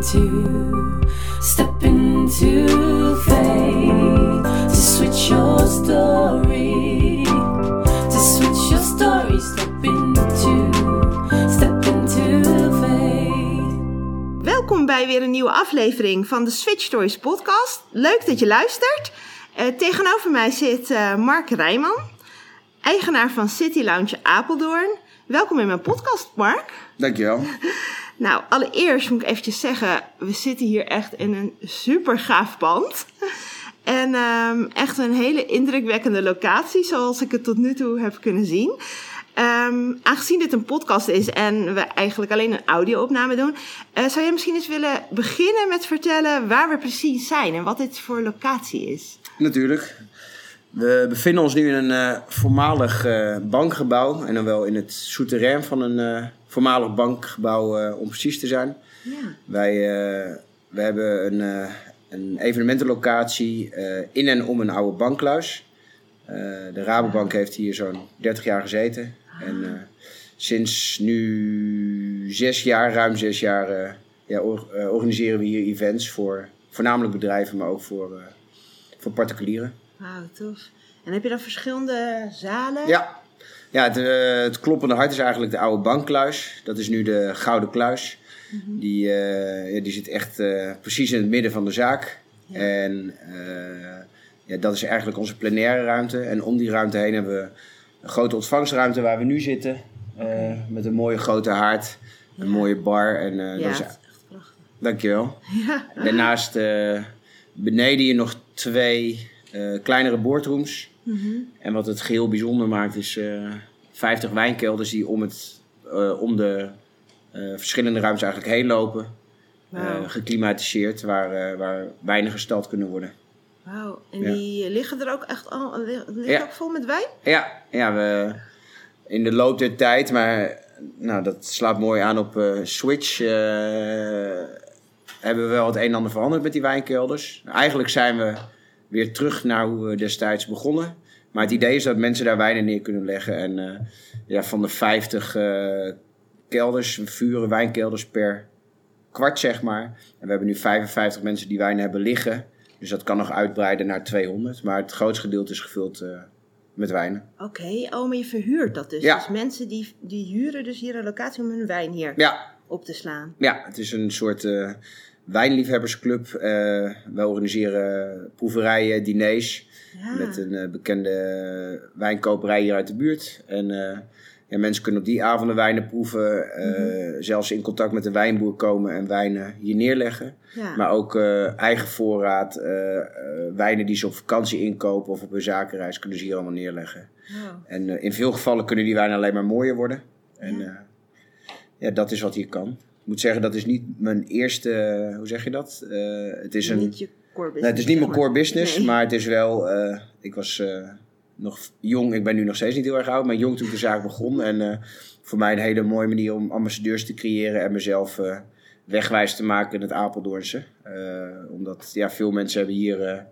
Step into faith to switch your story. To switch your story. Step into faith. Welkom bij weer een nieuwe aflevering van de Switch Stories podcast. Leuk dat je luistert. Tegenover mij zit Mark Rijman, eigenaar van City Lounge Apeldoorn. Welkom in mijn podcast, Mark. Dankjewel. Nou, allereerst moet ik eventjes zeggen, we zitten hier echt in een super gaaf pand. En echt een hele indrukwekkende locatie, zoals ik het tot nu toe heb kunnen zien. Aangezien dit een podcast is en we eigenlijk alleen een audio-opname doen, zou jij misschien eens willen beginnen met vertellen waar we precies zijn en wat dit voor locatie is? Natuurlijk. We bevinden ons nu in een voormalig bankgebouw. En dan wel in het souterrain van een voormalig bankgebouw om precies te zijn. Ja. We hebben een evenementenlocatie in en om een oude bankluis. De Rabobank heeft hier zo'n 30 jaar gezeten. En sinds nu ruim 6 jaar organiseren we hier events voor voornamelijk bedrijven, maar ook voor particulieren. Wauw, tof. En heb je dan verschillende zalen? Ja, het kloppende hart is eigenlijk de oude bankluis. Dat is nu de Gouden Kluis. Mm-hmm. Die zit echt precies in het midden van de zaak. Ja. En dat is eigenlijk onze plenaire ruimte. En om die ruimte heen hebben we een grote ontvangstruimte waar we nu zitten. Met een mooie grote haard, een mooie bar. En, dat is echt prachtig. Dankjewel. Ja. Daarnaast beneden je nog 2... kleinere boardrooms. Mm-hmm. En wat het geheel bijzonder maakt is 50 wijnkelders die om de verschillende ruimtes eigenlijk heen lopen. Wow. Geklimatiseerd, waar wijnen gestald kunnen worden. Wauw, en die liggen er ook echt al ook vol met wijn? Ja, we in de loop der tijd, maar dat slaat mooi aan op Switch, hebben we wel het een en ander veranderd met die wijnkelders. Eigenlijk zijn we weer terug naar hoe we destijds begonnen. Maar het idee is dat mensen daar wijnen neer kunnen leggen. En van de 50 wijnkelders per kwart, zeg maar. En we hebben nu 55 mensen die wijnen hebben liggen. Dus dat kan nog uitbreiden naar 200. Maar het grootste gedeelte is gevuld met wijnen. Oké, maar je verhuurt dat dus. Ja. Dus mensen die huren dus hier een locatie om hun wijn hier op te slaan. Ja, het is een soort wijnliefhebbersclub. We organiseren proeverijen, diners met een bekende wijnkoperij hier uit de buurt. En mensen kunnen op die avonden wijnen proeven. Zelfs in contact met de wijnboer komen en wijnen hier neerleggen. Ja. Maar ook eigen voorraad, wijnen die ze op vakantie inkopen of op hun zakenreis kunnen ze hier allemaal neerleggen. Wow. En in veel gevallen kunnen die wijnen alleen maar mooier worden. En dat is wat hier kan. Ik moet zeggen, dat is niet mijn eerste... hoe zeg je dat? Het is niet je core business. Nee, het is niet mijn core business, maar het is wel... ik was nog jong, ik ben nu nog steeds niet heel erg oud, maar jong toen de zaak begon. En voor mij een hele mooie manier om ambassadeurs te creëren en mezelf wegwijs te maken in het Apeldoornse. Omdat veel mensen hebben hier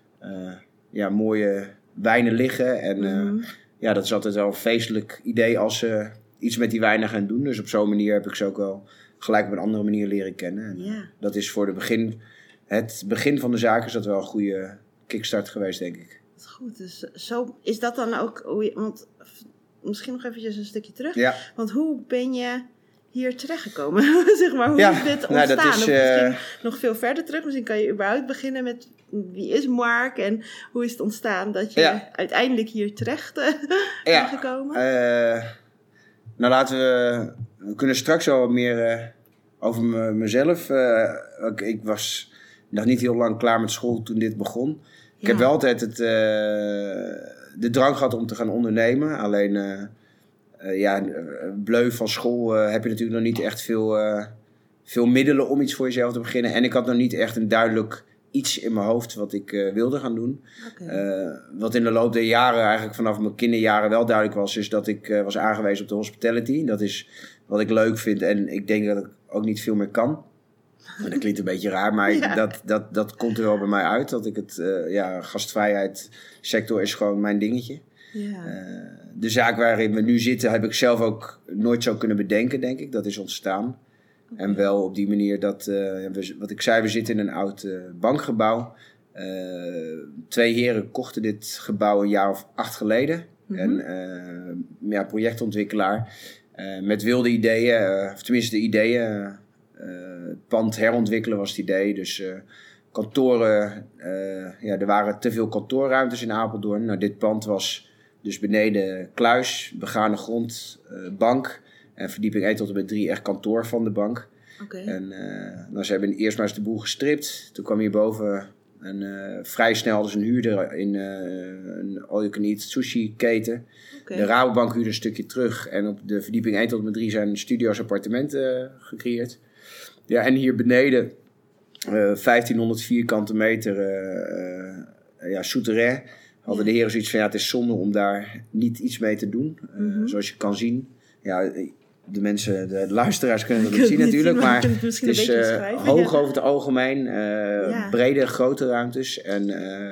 mooie wijnen liggen. En dat is altijd wel een feestelijk idee als ze iets met die wijnen gaan doen. Dus op zo'n manier heb ik ze ook wel gelijk op een andere manier leren kennen. En dat is voor het begin van de zaak is dat wel een goede kickstart geweest, denk ik. Dat is goed. Dus zo is dat dan ook... Want misschien nog eventjes een stukje terug. Ja. Want hoe ben je hier terechtgekomen? Zeg maar, hoe is dit ontstaan? Dat is, of misschien nog veel verder terug. Misschien kan je überhaupt beginnen met wie is Mark en hoe is het ontstaan dat je uiteindelijk hier terecht bent gekomen? Laten we kunnen straks wel wat meer over mezelf. Ik was nog niet heel lang klaar met school toen dit begon. Ik heb wel altijd de drang gehad om te gaan ondernemen. Alleen bleu van school heb je natuurlijk nog niet echt veel middelen om iets voor jezelf te beginnen. En ik had nog niet echt een duidelijk iets in mijn hoofd wat ik wilde gaan doen. Okay. Wat in de loop der jaren, eigenlijk vanaf mijn kinderjaren wel duidelijk was, is dat ik was aangewezen op de hospitality. Dat is wat ik leuk vind en ik denk dat ik ook niet veel meer kan. Dat klinkt een beetje raar, maar dat komt er wel bij mij uit. Dat ik gastvrijheid sector is gewoon mijn dingetje. Ja. De zaak waarin we nu zitten heb ik zelf ook nooit zo kunnen bedenken, denk ik. Dat is ontstaan. En wel op die manier dat, wat ik zei, we zitten in een oud bankgebouw. 2 heren kochten dit gebouw een jaar of 8 geleden. En projectontwikkelaar met wilde ideeën, of tenminste de ideeën. Het pand herontwikkelen was het idee. Dus kantoren, er waren te veel kantoorruimtes in Apeldoorn. Nou, dit pand was dus beneden kluis, begane grond, bank. En verdieping 1 tot en met 3 echt kantoor van de bank. Okay. En ze hebben eerst maar eens de boel gestript. Toen kwam hierboven vrij snel dus een huurder in een all-you-can-eat sushi keten. Okay. De Rabobank huurde een stukje terug. En op de verdieping 1 tot en met 3 zijn studio's appartementen gecreëerd. Ja, en hier beneden 1500 vierkante meter souterrain. Hadden de heren zoiets van, het is zonde om daar niet iets mee te doen. Zoals je kan zien. Ja, de luisteraars kunnen dat niet zien natuurlijk. Maar het is hoog over het algemeen. Brede, grote ruimtes. En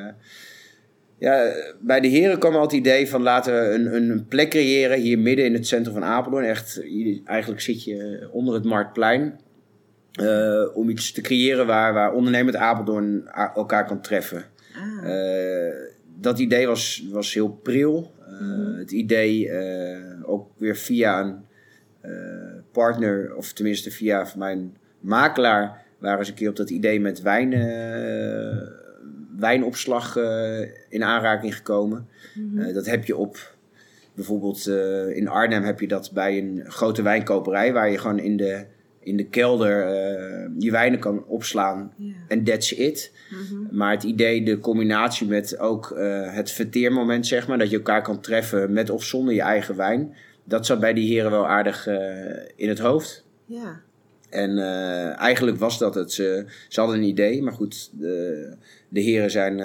bij de heren kwam al het idee van laten we een plek creëren. Hier midden in het centrum van Apeldoorn. Echt, eigenlijk zit je onder het Marktplein. Om iets te creëren waar ondernemend Apeldoorn elkaar kan treffen. Dat idee was heel pril. Het idee ook weer via een partner, of tenminste via mijn makelaar, waren ze een keer op dat idee met wijnopslag in aanraking gekomen. Dat heb je op, bijvoorbeeld in Arnhem heb je dat bij een grote wijnkoperij, waar je gewoon in de kelder je wijnen kan opslaan en that's it. Maar het idee, de combinatie met ook het verteermoment, zeg maar, dat je elkaar kan treffen met of zonder je eigen wijn, dat zat bij die heren wel aardig in het hoofd. Ja. En eigenlijk was dat het. Ze hadden een idee, maar goed, de heren zijn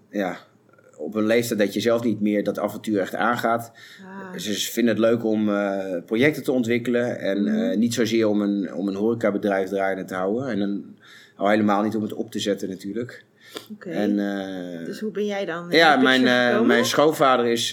op een leeftijd dat je zelf niet meer dat avontuur echt aangaat. Ze vinden het leuk om projecten te ontwikkelen en niet zozeer om een horecabedrijf draaiende te houden. En dan al helemaal niet om het op te zetten natuurlijk. Okay. Dus hoe ben jij dan? Mijn schoonvader is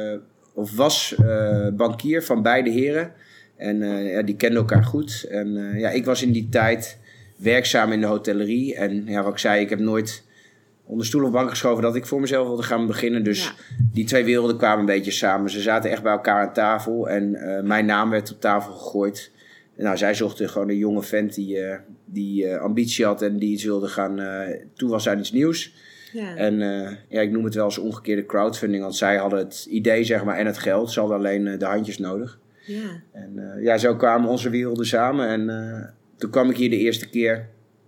was bankier van beide heren. En die kenden elkaar goed. En ik was in die tijd werkzaam in de hotellerie. En wat ik zei, ik heb nooit onder stoel of bank geschoven dat ik voor mezelf wilde gaan beginnen. Dus die 2 werelden kwamen een beetje samen. Ze zaten echt bij elkaar aan tafel. En mijn naam werd op tafel gegooid. Nou, zij zochten gewoon een jonge vent die ambitie had en die iets wilde gaan toewassen aan iets nieuws. Ja. En ik noem het wel als omgekeerde crowdfunding, want zij hadden het idee, zeg maar, en het geld. Ze hadden alleen de handjes nodig. Ja. En zo kwamen onze werelden samen. En toen kwam ik hier de eerste keer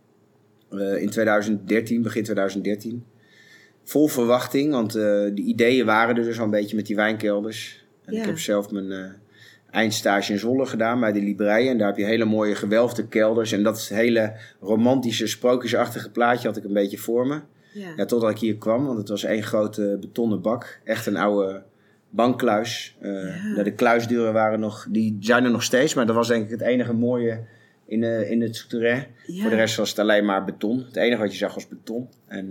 in 2013, begin 2013. Vol verwachting, want de ideeën waren er dus al een beetje met die wijnkelders. En ik heb zelf mijn eindstage in Zwolle gedaan bij de Librei. En daar heb je hele mooie gewelfde kelders. En dat hele romantische, sprookjesachtige plaatje had ik een beetje voor me. Ja, totdat ik hier kwam, want het was 1 grote betonnen bak. Echt een oude bankkluis. De kluisdeuren die zijn er nog steeds, maar dat was denk ik het enige mooie in het souterrain. Ja. Voor de rest was het alleen maar beton. Het enige wat je zag was beton. En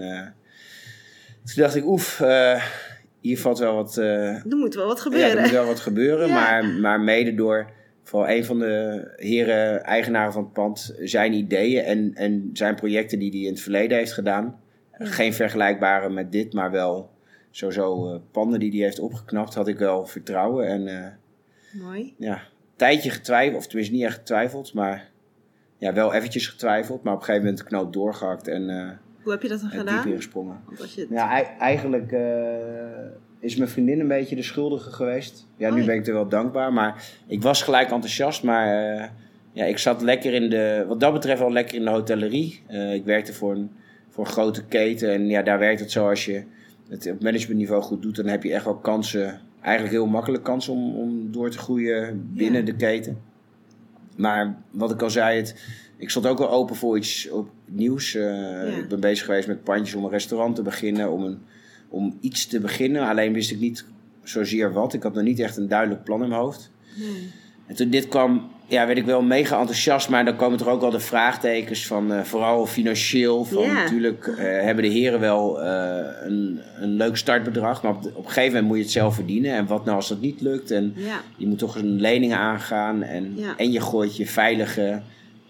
toen dacht ik, hier valt wel wat. Er moet wel wat gebeuren. Ja, er moet wel wat gebeuren, maar mede door vooral een van de heren, eigenaren van het pand, zijn ideeën en zijn projecten die hij in het verleden heeft gedaan. Ja. Geen vergelijkbare met dit, maar wel sowieso panden die hij heeft opgeknapt, had ik wel vertrouwen. En mooi. Ja, een tijdje getwijfeld, of tenminste niet echt getwijfeld, maar wel eventjes getwijfeld. Maar op een gegeven moment de knoop doorgehakt en hoe heb je dat dan gedaan? Diep ingesprongen. Eigenlijk is mijn vriendin een beetje de schuldige geweest. Nu ben ik er wel dankbaar, maar ik was gelijk enthousiast. Maar ik zat lekker wat dat betreft wel lekker in de hotellerie. Ik werkte voor een grote keten en daar werkt het zo, als je het op managementniveau goed doet, dan heb je echt wel kansen, eigenlijk heel makkelijk kansen om door te groeien binnen de keten. Maar wat ik al zei, ik stond ook wel open voor iets nieuws. Ik ben bezig geweest met pandjes om een restaurant te beginnen, om iets te beginnen. Alleen wist ik niet zozeer wat. Ik had nog niet echt een duidelijk plan in mijn hoofd. Nee. En toen dit kwam, werd ik wel mega enthousiast. Maar dan komen er ook wel de vraagtekens van, vooral financieel. Natuurlijk hebben de heren wel een leuk startbedrag. Maar op een gegeven moment moet je het zelf verdienen. En wat nou als dat niet lukt? En je moet toch een lening aangaan. En je gooit je veilige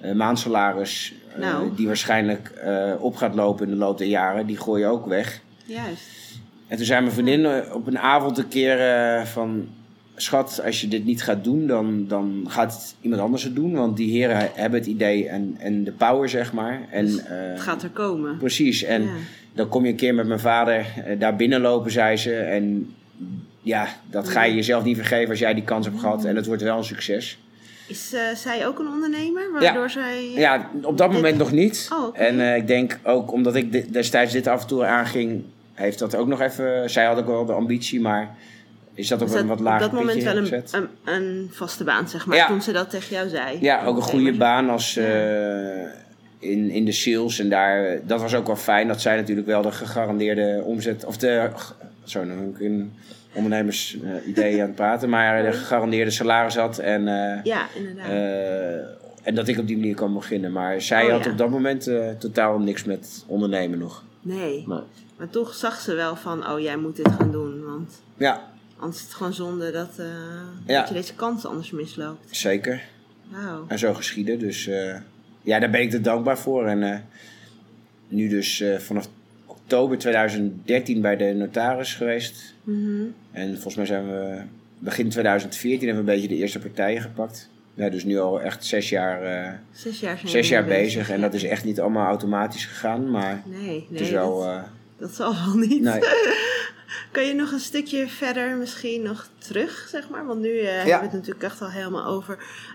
maandsalaris... Nou. die waarschijnlijk op gaat lopen in de loop der jaren... die gooi je ook weg. Juist. En toen zei mijn vriendin op een avond een keer van... Schat, als je dit niet gaat doen, dan gaat iemand anders het doen. Want die heren hebben het idee en de power, zeg maar. En, Het gaat er komen. Precies. En Ja. dan kom je een keer met mijn vader daar binnenlopen, zei ze. En ja, dat ga je jezelf niet vergeven als jij die kans hebt gehad. En het wordt wel een succes. Is zij ook een ondernemer? Waardoor zij... Ja, op dat moment nog niet. Oh, oké. En ik denk ook, omdat ik destijds dit avontuur aanging... heeft dat ook nog even... Zij had ook wel de ambitie, maar... Is dat ook Dus wel een wat lager op dat moment pitje wel gezet? een vaste baan, zeg maar. Ja. Toen ze dat tegen jou zei. Ja, ook een goede Oké, baan als in de sales. En dat was ook wel fijn dat zij natuurlijk wel de gegarandeerde omzet... Of zo, nu ben ik een ondernemers-idee aan het praten. Maar de gegarandeerde salaris had. En, Ja, inderdaad. en dat ik op die manier kan beginnen. Maar zij had op dat moment totaal niks met ondernemen nog. Nee. Maar, Maar toch zag ze wel van, oh, jij moet dit gaan doen. Want ja, anders is het gewoon zonde dat Ja. je deze kans anders misloopt. zeker. Wauw. En zo geschieden. Dus ja, daar ben ik er dankbaar voor. En nu dus vanaf oktober 2013 bij de notaris geweest. Mhm. En volgens mij zijn we begin 2014 hebben we een beetje de eerste partijen gepakt. Ja, dus nu al echt 6 jaar, 6 jaar zijn 6 we jaar mee bezig. En ja. dat is echt niet allemaal automatisch gegaan. Maar Nee, het is wel... dat zal wel niet. nee. Kan je nog een stukje verder misschien nog terug, zeg maar? Want nu hebben we het natuurlijk echt al helemaal over...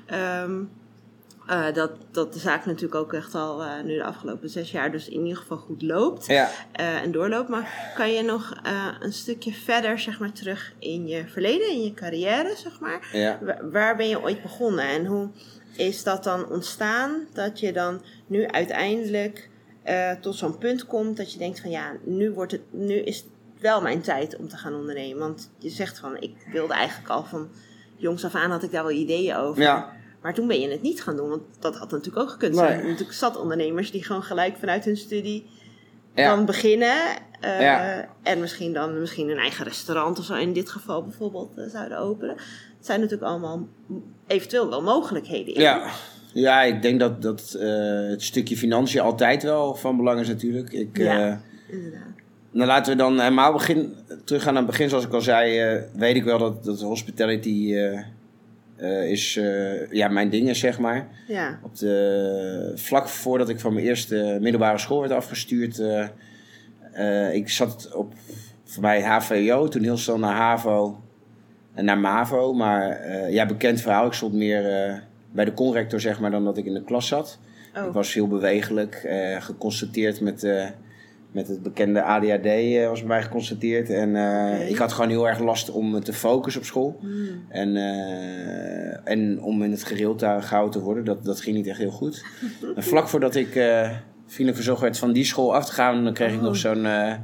dat de zaak natuurlijk ook echt al nu de afgelopen 6 jaar dus in ieder geval goed loopt Ja. en doorloopt. Maar kan je nog een stukje verder, zeg maar, terug in je verleden, in je carrière, zeg maar? Ja. Waar ben je ooit begonnen en hoe is dat dan ontstaan dat je dan nu uiteindelijk tot zo'n punt komt dat je denkt van ja, nu is het wel mijn tijd om te gaan ondernemen. Want je zegt van, ik wilde eigenlijk al van jongs af aan had ik daar wel ideeën over. Ja. Maar toen ben je het niet gaan doen, want dat had natuurlijk ook gekund. Nee. Er zijn natuurlijk zat ondernemers die gewoon gelijk vanuit hun studie Ja. dan beginnen. Ja. En misschien een eigen restaurant of zo in dit geval bijvoorbeeld zouden openen. Het zijn natuurlijk allemaal eventueel wel mogelijkheden in. Ja. Ja, ik denk dat het stukje financiën altijd wel van belang is natuurlijk. Ja, inderdaad. Nou, laten we dan helemaal teruggaan naar het begin. Zoals ik al zei, weet ik wel dat hospitality is mijn ding is, zeg maar. Ja. Vlak voordat ik van mijn eerste middelbare school werd afgestuurd... ik zat op, voor mij HVO, toen heel snel naar HAVO en naar MAVO. Maar bekend verhaal, ik stond meer bij de conrector, zeg maar, dan dat ik in de klas zat. Oh. Ik was heel bewegelijk, geconstateerd met het bekende ADHD was bij mij geconstateerd. En ik had gewoon heel erg last om me te focussen op school. En om in het gereel gehouden te worden. Dat ging niet echt heel goed. En vlak voordat ik vriendelijk verzocht werd van die school af te gaan... dan kreeg ik nog zo'n...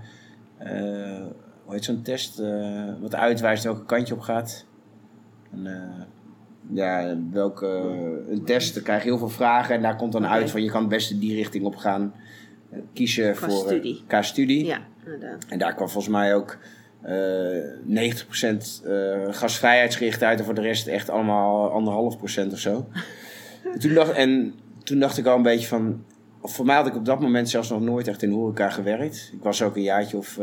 hoe heet zo'n test? Wat uitwijst welke kant je op gaat. En, een test, dan krijg je heel veel vragen... en daar komt dan uit van je kan het beste die richting op gaan... kiezen Qua voor studie. qua studie. Ja, inderdaad. En daar kwam volgens mij ook 90% gastvrijheidsgericht uit... en voor de rest echt allemaal 1,5% of zo. Toen dacht ik al een beetje van... Voor mij had ik op dat moment zelfs nog nooit echt in de horeca gewerkt. Ik was ook een jaartje of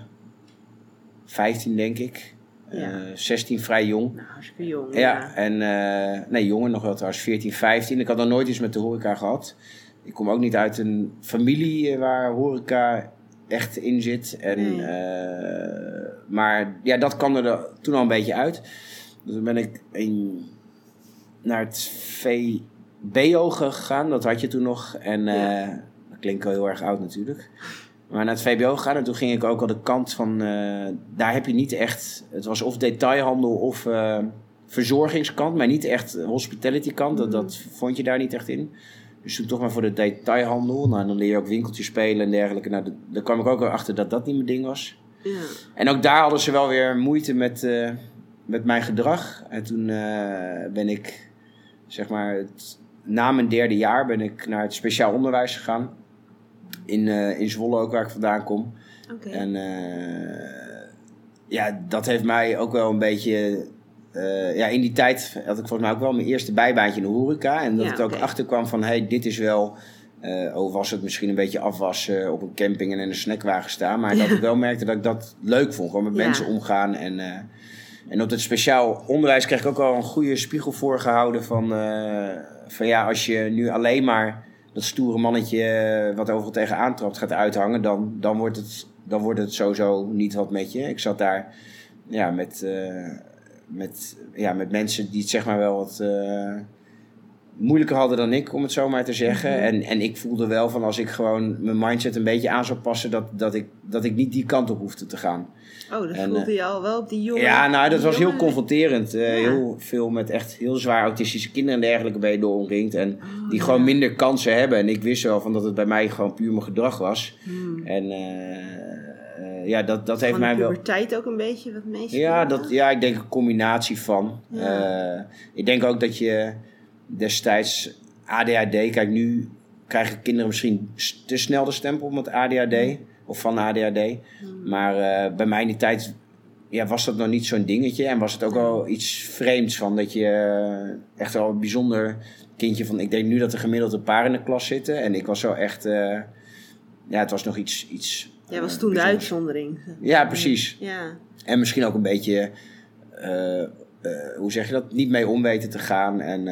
15, denk ik. Ja. 16, vrij jong. Nou, hartstikke jong. Ja, en jonger nog wel trouwens, 14, 15. Ik had nog nooit iets met de horeca gehad. Ik kom ook niet uit een familie waar horeca echt in zit. En, maar ja, dat kwam er toen al een beetje uit. Dus toen ben ik naar het VBO gegaan. Dat had je toen nog. En dat klinkt wel heel erg oud natuurlijk. Maar naar het VBO gegaan. En toen ging ik ook al de kant van... daar heb je niet echt... Het was of detailhandel of verzorgingskant. Maar niet echt hospitality kant. Dat vond je daar niet echt in. Dus toen toch maar voor de detailhandel. Nou, dan leer je ook winkeltjes spelen en dergelijke. Nou, daar kwam ik ook wel achter dat dat niet mijn ding was. Ja. En ook daar hadden ze wel weer moeite met mijn gedrag. En toen ben ik, zeg maar, na mijn 3e jaar ben ik naar het speciaal onderwijs gegaan. In Zwolle ook, waar ik vandaan kom. Oké. En dat heeft mij ook wel een beetje in die tijd had ik volgens mij ook wel mijn eerste bijbaantje in de horeca. En dat ik ook achterkwam van, dit is wel... was het misschien een beetje afwassen op een camping en in een snackwagen staan. Maar dat ik wel merkte dat ik dat leuk vond. Gewoon met mensen omgaan. En op het speciaal onderwijs kreeg ik ook al een goede spiegel voorgehouden van als je nu alleen maar dat stoere mannetje wat overal tegenaan trapt gaat uithangen, dan wordt het sowieso niet wat met je. Ik zat daar met mensen die het zeg maar wel wat moeilijker hadden dan ik, om het zo maar te zeggen. Mm-hmm. En ik voelde wel van als ik gewoon mijn mindset een beetje aan zou passen, dat ik niet die kant op hoefde te gaan. Oh, dat voelde je al wel op die jongen? Ja, nou, dat was heel confronterend. Heel veel met echt heel zwaar autistische kinderen en dergelijke ben je door omringd. En die gewoon minder kansen hebben. En ik wist wel van dat het bij mij gewoon puur mijn gedrag was. En dat heeft mij wel... Van de puberteit ook een beetje wat meespeelt? Ja, ik denk een combinatie van. Ja. Ik denk ook dat je destijds ADHD... Kijk, nu krijgen kinderen misschien te snel de stempel met ADHD... Of van ADHD. Maar bij mij in die tijd was dat nog niet zo'n dingetje. En was het ook wel iets vreemds van dat je echt wel een bijzonder kindje van... Ik denk nu dat er gemiddeld een paar in de klas zitten. En ik was zo echt... het was nog iets Jij was toen de uitzondering. Ja, precies. Ja. En misschien ook een beetje... hoe zeg je dat? Niet mee om weten te gaan. En...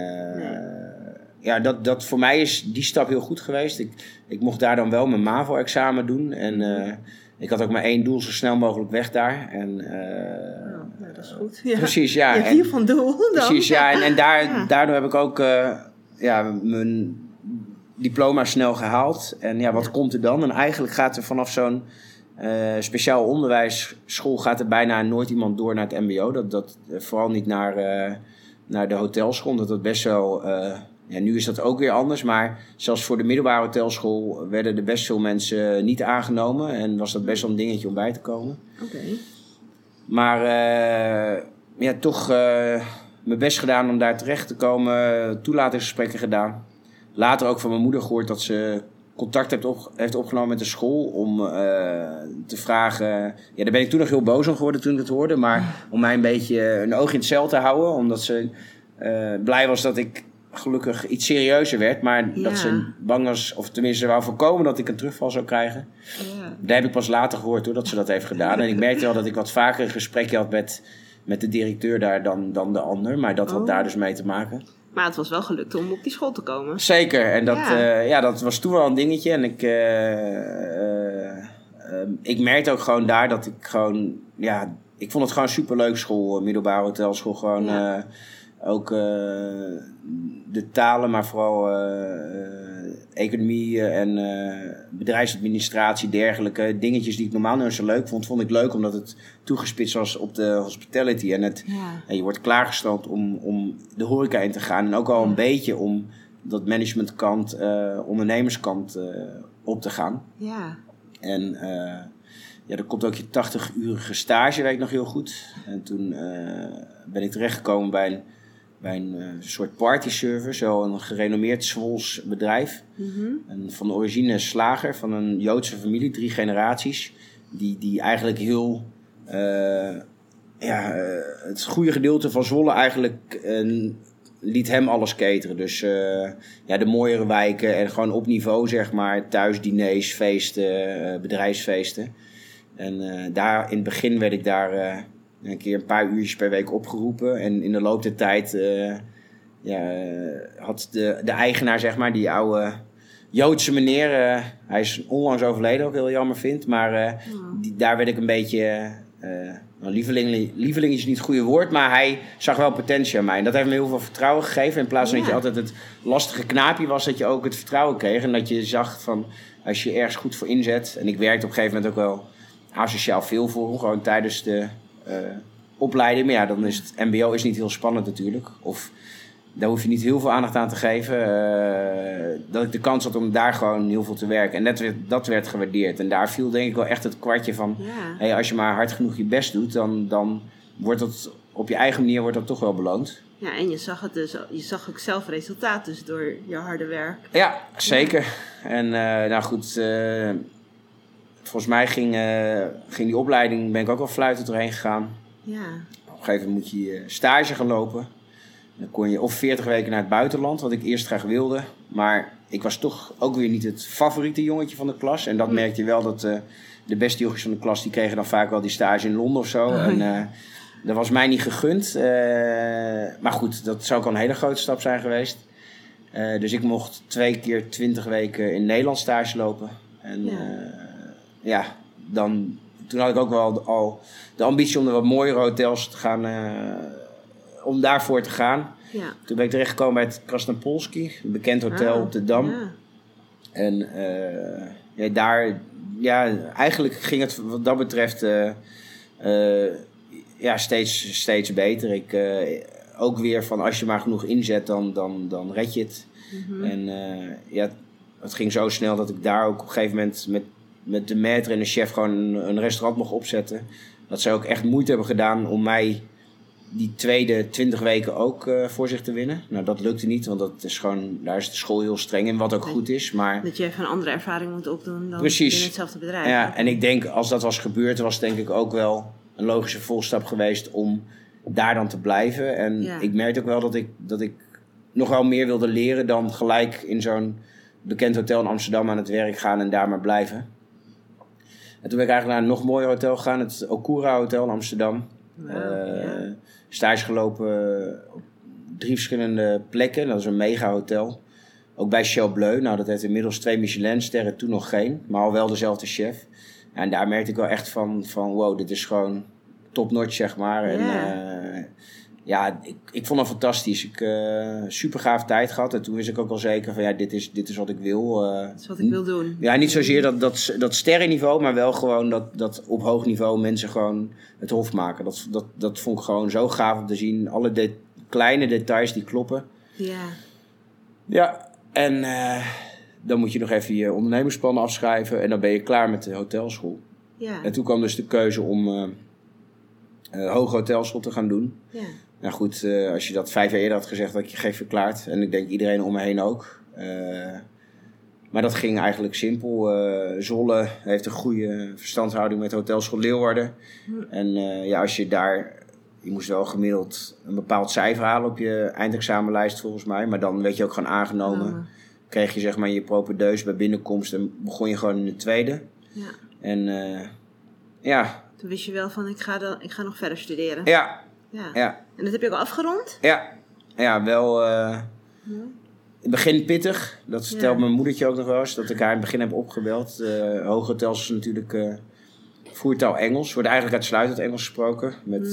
dat voor mij is die stap heel goed geweest. Ik mocht daar dan wel mijn MAVO-examen doen. En ik had ook maar 1 doel, zo snel mogelijk weg daar. En, dat is goed. Ja. Precies, ja. Je hebt hier van doel dan. Precies, ja. En daardoor heb ik ook mijn diploma snel gehaald. En wat komt er dan? En eigenlijk gaat er vanaf zo'n speciaal onderwijsschool... gaat er bijna nooit iemand door naar het mbo. Dat vooral niet naar de hotelschool. Dat best wel... nu is dat ook weer anders, maar zelfs voor de middelbare hotelschool werden er best veel mensen niet aangenomen. En was dat best wel een dingetje om bij te komen. Oké. Maar toch mijn best gedaan om daar terecht te komen. Toelatingsgesprekken gedaan. Later ook van mijn moeder gehoord dat ze contact heeft opgenomen met de school om te vragen... Ja, daar ben ik toen nog heel boos om geworden toen ik het hoorde. Maar om mij een beetje een oog in het zeil te houden. Omdat ze blij was dat ik... gelukkig iets serieuzer werd, maar dat ze bang was, of tenminste wou voorkomen dat ik een terugval zou krijgen. Ja. Daar heb ik pas later gehoord hoor, dat ze dat heeft gedaan. En ik merkte wel dat ik wat vaker een gesprekje had met de directeur daar dan de ander, maar dat had daar dus mee te maken. Maar het was wel gelukt om op die school te komen. Zeker, en dat was toen wel een dingetje. En ik merkte ook gewoon daar dat ik gewoon, ik vond het gewoon een superleuk school, middelbare hotelschool, gewoon ook de talen, maar vooral economie en bedrijfsadministratie, dergelijke dingetjes die ik normaal niet zo leuk vond ik leuk omdat het toegespitst was op de hospitality. En je wordt klaargestoomd om de horeca in te gaan en ook al een beetje om dat managementkant, ondernemerskant op te gaan. Ja. En er komt ook je 80-urige stage, weet ik nog heel goed. En toen ben ik terechtgekomen bij een soort partyserver, zo een gerenommeerd Zwols bedrijf. Mm-hmm. En van de origine slager, van een Joodse familie, 3 generaties. Die eigenlijk heel... het goede gedeelte van Zwolle eigenlijk liet hem alles cateren. Dus de mooiere wijken en gewoon op niveau, zeg maar, thuisdiners, feesten, bedrijfsfeesten. En daar in het begin werd ik daar... een keer een paar uurtjes per week opgeroepen. En in de loop der tijd had de eigenaar, zeg maar, die oude Joodse meneer... hij is onlangs overleden, ook heel jammer vind. Maar daar werd ik een beetje... lieveling is niet het goede woord, maar hij zag wel potentie aan mij. En dat heeft me heel veel vertrouwen gegeven. In plaats van dat je altijd het lastige knaapje was, dat je ook het vertrouwen kreeg. En dat je zag van, als je ergens goed voor inzet... En ik werkte op een gegeven moment ook wel asociaal veel voor hem. Gewoon tijdens de... opleiding, maar dan is het mbo is niet heel spannend natuurlijk. Of daar hoef je niet heel veel aandacht aan te geven. Dat ik de kans had om daar gewoon heel veel te werken. En dat werd gewaardeerd. En daar viel denk ik wel echt het kwartje van... Hey, als je maar hard genoeg je best doet... dan wordt dat op je eigen manier wordt dat toch wel beloond. Ja, en je zag ook zelf resultaat dus door je harde werk. Ja, zeker. En nou goed... volgens mij ging die opleiding, ben ik ook wel fluitend doorheen gegaan. Ja. een gegeven moment moet je stage gaan lopen. Dan kon je of 40 weken naar het buitenland, wat ik eerst graag wilde. Maar ik was toch ook weer niet het favoriete jongetje van de klas. En dat merkte je wel dat de beste jongetjes van de klas, die kregen dan vaak wel die stage in Londen of zo. En dat was mij niet gegund. Maar goed, dat zou ook al een hele grote stap zijn geweest. Dus ik mocht 2 keer 20 weken in Nederland stage lopen. En toen had ik ook wel al de ambitie om naar wat mooiere hotels te gaan, om daarvoor te gaan. Ja. Toen ben ik terechtgekomen bij het Krasnopolski, een bekend hotel op de Dam. Ja. En eigenlijk ging het wat dat betreft steeds beter. Ik ook weer van als je maar genoeg inzet, dan red je het. En het ging zo snel dat ik daar ook op een gegeven moment met de maître en de chef gewoon een restaurant mocht opzetten. Dat zij ook echt moeite hebben gedaan om mij die tweede 20 weken ook voor zich te winnen. Nou, dat lukte niet, want dat is gewoon, daar is de school heel streng in, wat ook goed is. Maar dat je even een andere ervaring moet opdoen dan precies. binnen hetzelfde bedrijf. Ja, en ik denk als dat was gebeurd, was het denk ik ook wel een logische volstap geweest om daar dan te blijven. En ik merkte ook wel dat ik nog wel meer wilde leren dan gelijk in zo'n bekend hotel in Amsterdam aan het werk gaan en daar maar blijven. En toen ben ik eigenlijk naar een nog mooier hotel gegaan, het Okura Hotel in Amsterdam. Stage gelopen op 3 verschillende plekken. Dat is een mega hotel. Ook bij Shell Bleu. Nou, dat heeft inmiddels 2 Michelinsterren, toen nog geen. Maar al wel dezelfde chef. Ja, en daar merkte ik wel echt van wow, dit is gewoon top-notch, zeg maar. En ik vond het fantastisch. Ik super gaaf tijd gehad. En toen wist ik ook wel zeker van dit is wat ik wil. Dat is wat ik wil doen. Ja, niet zozeer dat sterrenniveau, maar wel gewoon dat op hoog niveau mensen gewoon het hof maken. Dat vond ik gewoon zo gaaf om te zien. Alle kleine details die kloppen. Ja. Ja, en dan moet je nog even je ondernemersplan afschrijven. En dan ben je klaar met de hotelschool. Ja. En toen kwam dus de keuze om hoge hotelschool te gaan doen. Ja. Nou goed, als je dat 5 jaar eerder had gezegd, had ik je geen verklaard. En ik denk iedereen om me heen ook. Maar dat ging eigenlijk simpel. Zwolle heeft een goede verstandhouding met hotelschool Leeuwarden. En als je daar... Je moest wel gemiddeld een bepaald cijfer halen op je eindexamenlijst volgens mij. Maar dan werd je ook gewoon aangenomen. Kreeg je zeg maar je propedeuse bij binnenkomst en begon je gewoon in de tweede. Ja. En toen wist je wel van ik ga nog verder studeren. Ja. En dat heb je ook afgerond? Ja, wel in het begin pittig. Dat vertelt mijn moedertje ook nog wel eens. Dat ik haar in het begin heb opgebeld. Hoge hotels is natuurlijk voertaal Engels. Wordt eigenlijk uitsluitend Engels gesproken.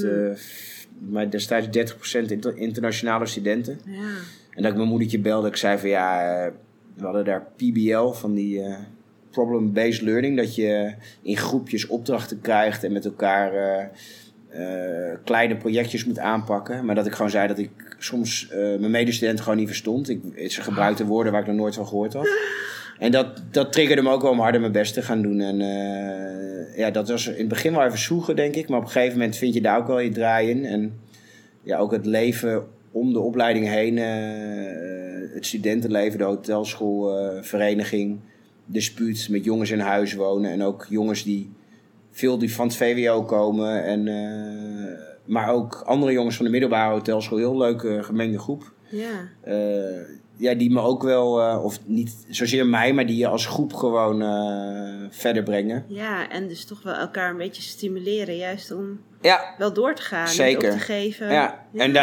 Met destijds 30% internationale studenten. Ja. En dat ik mijn moedertje belde. Ik zei van we hadden daar PBL van die problem-based learning. Dat je in groepjes opdrachten krijgt en met elkaar kleine projectjes moet aanpakken. Maar dat ik gewoon zei dat ik soms mijn medestudenten gewoon niet verstond. Ze gebruikte woorden waar ik nog nooit van gehoord had. En dat triggerde me ook wel om harder mijn best te gaan doen. En dat was in het begin wel even zoeken, denk ik. Maar op een gegeven moment vind je daar ook wel je draai in. En ook het leven om de opleiding heen. Het studentenleven, de hotelschoolvereniging. Dispuut met jongens in huis wonen. En ook jongens die van het VWO komen. Maar ook andere jongens van de middelbare hotelschool. Heel leuke gemengde groep. Ja. Die me ook wel, of niet zozeer mij, maar die je als groep gewoon verder brengen. Ja, en dus toch wel elkaar een beetje stimuleren, juist om wel door te gaan. Zeker. Niet op te geven. Ja.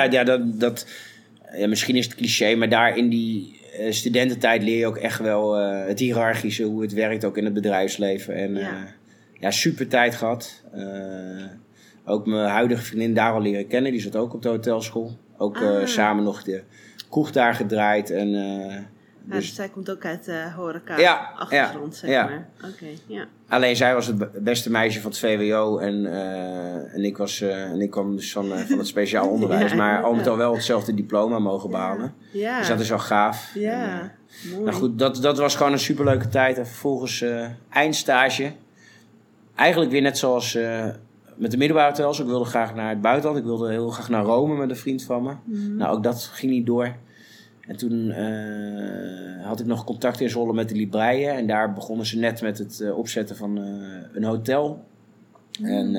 En misschien is het cliché, maar daar in die studententijd leer je ook echt wel het hiërarchische, hoe het werkt ook in het bedrijfsleven. En super tijd gehad. Ook mijn huidige vriendin daar al leren kennen, die zat ook op de hotelschool. Ook samen nog de kroeg daar gedraaid. Dus zij komt ook uit de horeca-achtergrond, zeg maar. Okay, Alleen zij was het beste meisje van het VWO en ik kwam dus van het speciaal onderwijs. Maar al met al wel hetzelfde diploma mogen behalen. Ja. Dus dat is wel gaaf. Ja, mooi. Nou goed, dat was gewoon een superleuke tijd. En vervolgens eindstage. Eigenlijk weer net zoals met de middelbare hotels. Ik wilde graag naar het buitenland. Ik wilde heel graag naar Rome met een vriend van me. Nou, ook dat ging niet door. En toen had ik nog contact in Zwolle met de Libreien. En daar begonnen ze net met het opzetten van een hotel. En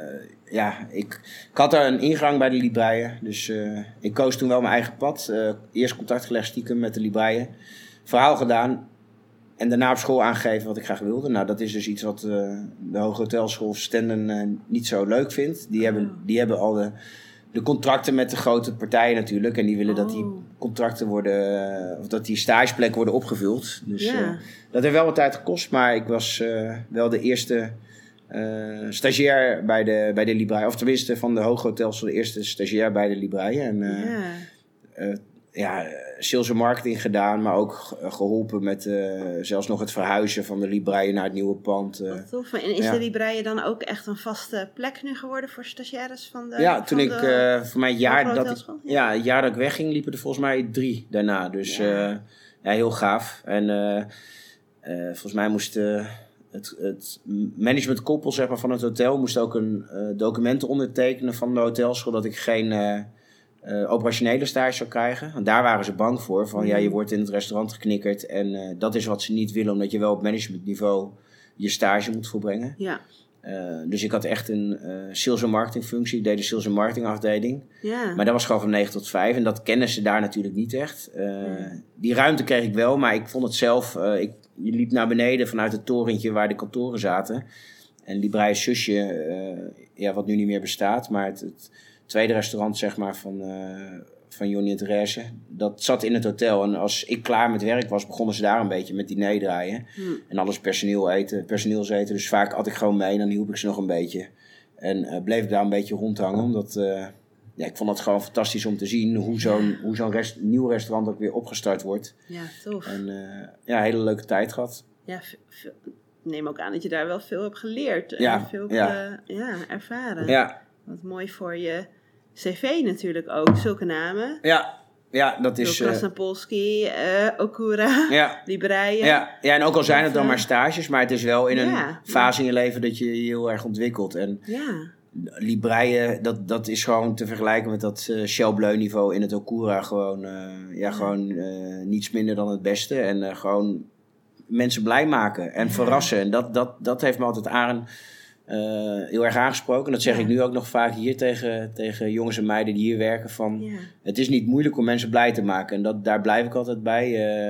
ik had daar een ingang bij de Libraïen. Dus ik koos toen wel mijn eigen pad. Eerst contact gelegd stiekem met de Libraïen. Verhaal gedaan. En daarna op school aangegeven wat ik graag wilde. Nou, dat is dus iets wat de Hoge Hotelschool Stenden niet zo leuk vindt. Die hebben al de contracten met de grote partijen natuurlijk. En die willen dat die contracten worden... of dat die stageplekken worden opgevuld. Dus dat heeft wel wat tijd gekost. Maar ik was wel de eerste stagiair bij de Libraïen. Of tenminste van de Hoge Hotelschool de eerste stagiair bij de Libraïen. En sales en marketing gedaan, maar ook geholpen met zelfs nog het verhuizen van de Libraïen naar het nieuwe pand. Wat tof. En is de Libraïen dan ook echt een vaste plek nu geworden voor stagiaires van de... Ja, toen voor mij het jaar dat ik wegging, liepen er volgens mij 3 daarna. Dus heel gaaf. En volgens mij moest het managementkoppel zeg maar, van het hotel moest ook een documenten ondertekenen van de hotelschool dat ik geen operationele stage zou krijgen. Want daar waren ze bang voor. Van je wordt in het restaurant geknikkerd. En dat is wat ze niet willen. Omdat je wel op managementniveau je stage moet volbrengen. Ja. Dus ik had echt een sales en marketing functie. Ik deed de sales en marketing afdeling. Ja. Maar dat was gewoon van 9 tot 5. En dat kennen ze daar natuurlijk niet echt. Die ruimte kreeg ik wel. Maar ik vond het zelf... je liep naar beneden vanuit het torentje waar de kantoren zaten. En Libraïen Zusje, wat nu niet meer bestaat. Maar het tweede restaurant zeg maar van Johnny en Therese, dat zat in het hotel. En als ik klaar met werk was, begonnen ze daar een beetje met diner draaien. En alles personeelseten. Dus vaak at ik gewoon mee en dan hielp ik ze nog een beetje. En bleef ik daar een beetje rondhangen. Omdat ik vond het gewoon fantastisch om te zien hoe zo'n nieuw restaurant ook weer opgestart wordt. Ja, tof. En een hele leuke tijd gehad. Ja, neem ook aan dat je daar wel veel hebt geleerd. En veel ervaren. Ja. Wat mooi voor je cv natuurlijk ook, zulke namen. Ja, dat is... Krasnopolski, Okura, Libraïen. Ja, en ook al zijn het dan maar stages, maar het is wel in een fase in je leven dat je je heel erg ontwikkelt. En Libraïen, dat is gewoon te vergelijken met dat Shell Bleu niveau in het Okura. Gewoon niets minder dan het beste. En gewoon mensen blij maken en verrassen. En dat heeft me altijd heel erg aangesproken. Dat zeg ik nu ook nog vaak hier tegen jongens en meiden die hier werken. Van, het is niet moeilijk om mensen blij te maken. En daar blijf ik altijd bij.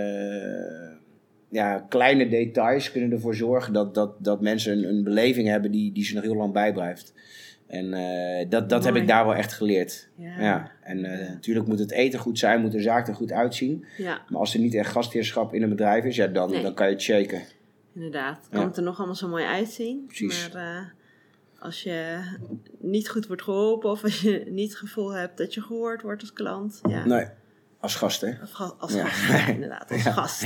Kleine details kunnen ervoor zorgen dat mensen een beleving hebben die ze nog heel lang bijblijft. En dat heb ik daar wel echt geleerd. Ja. En natuurlijk moet het eten goed zijn, moet de zaak er goed uitzien. Ja. Maar als er niet echt gastheerschap in een bedrijf is, dan kan je het shaken. Inderdaad, kan het er nog allemaal zo mooi uitzien. Precies. Maar als je niet goed wordt geholpen of als je niet het gevoel hebt dat je gehoord wordt als klant. Ja. Nee, als gast hè? Als gast, inderdaad, als gast.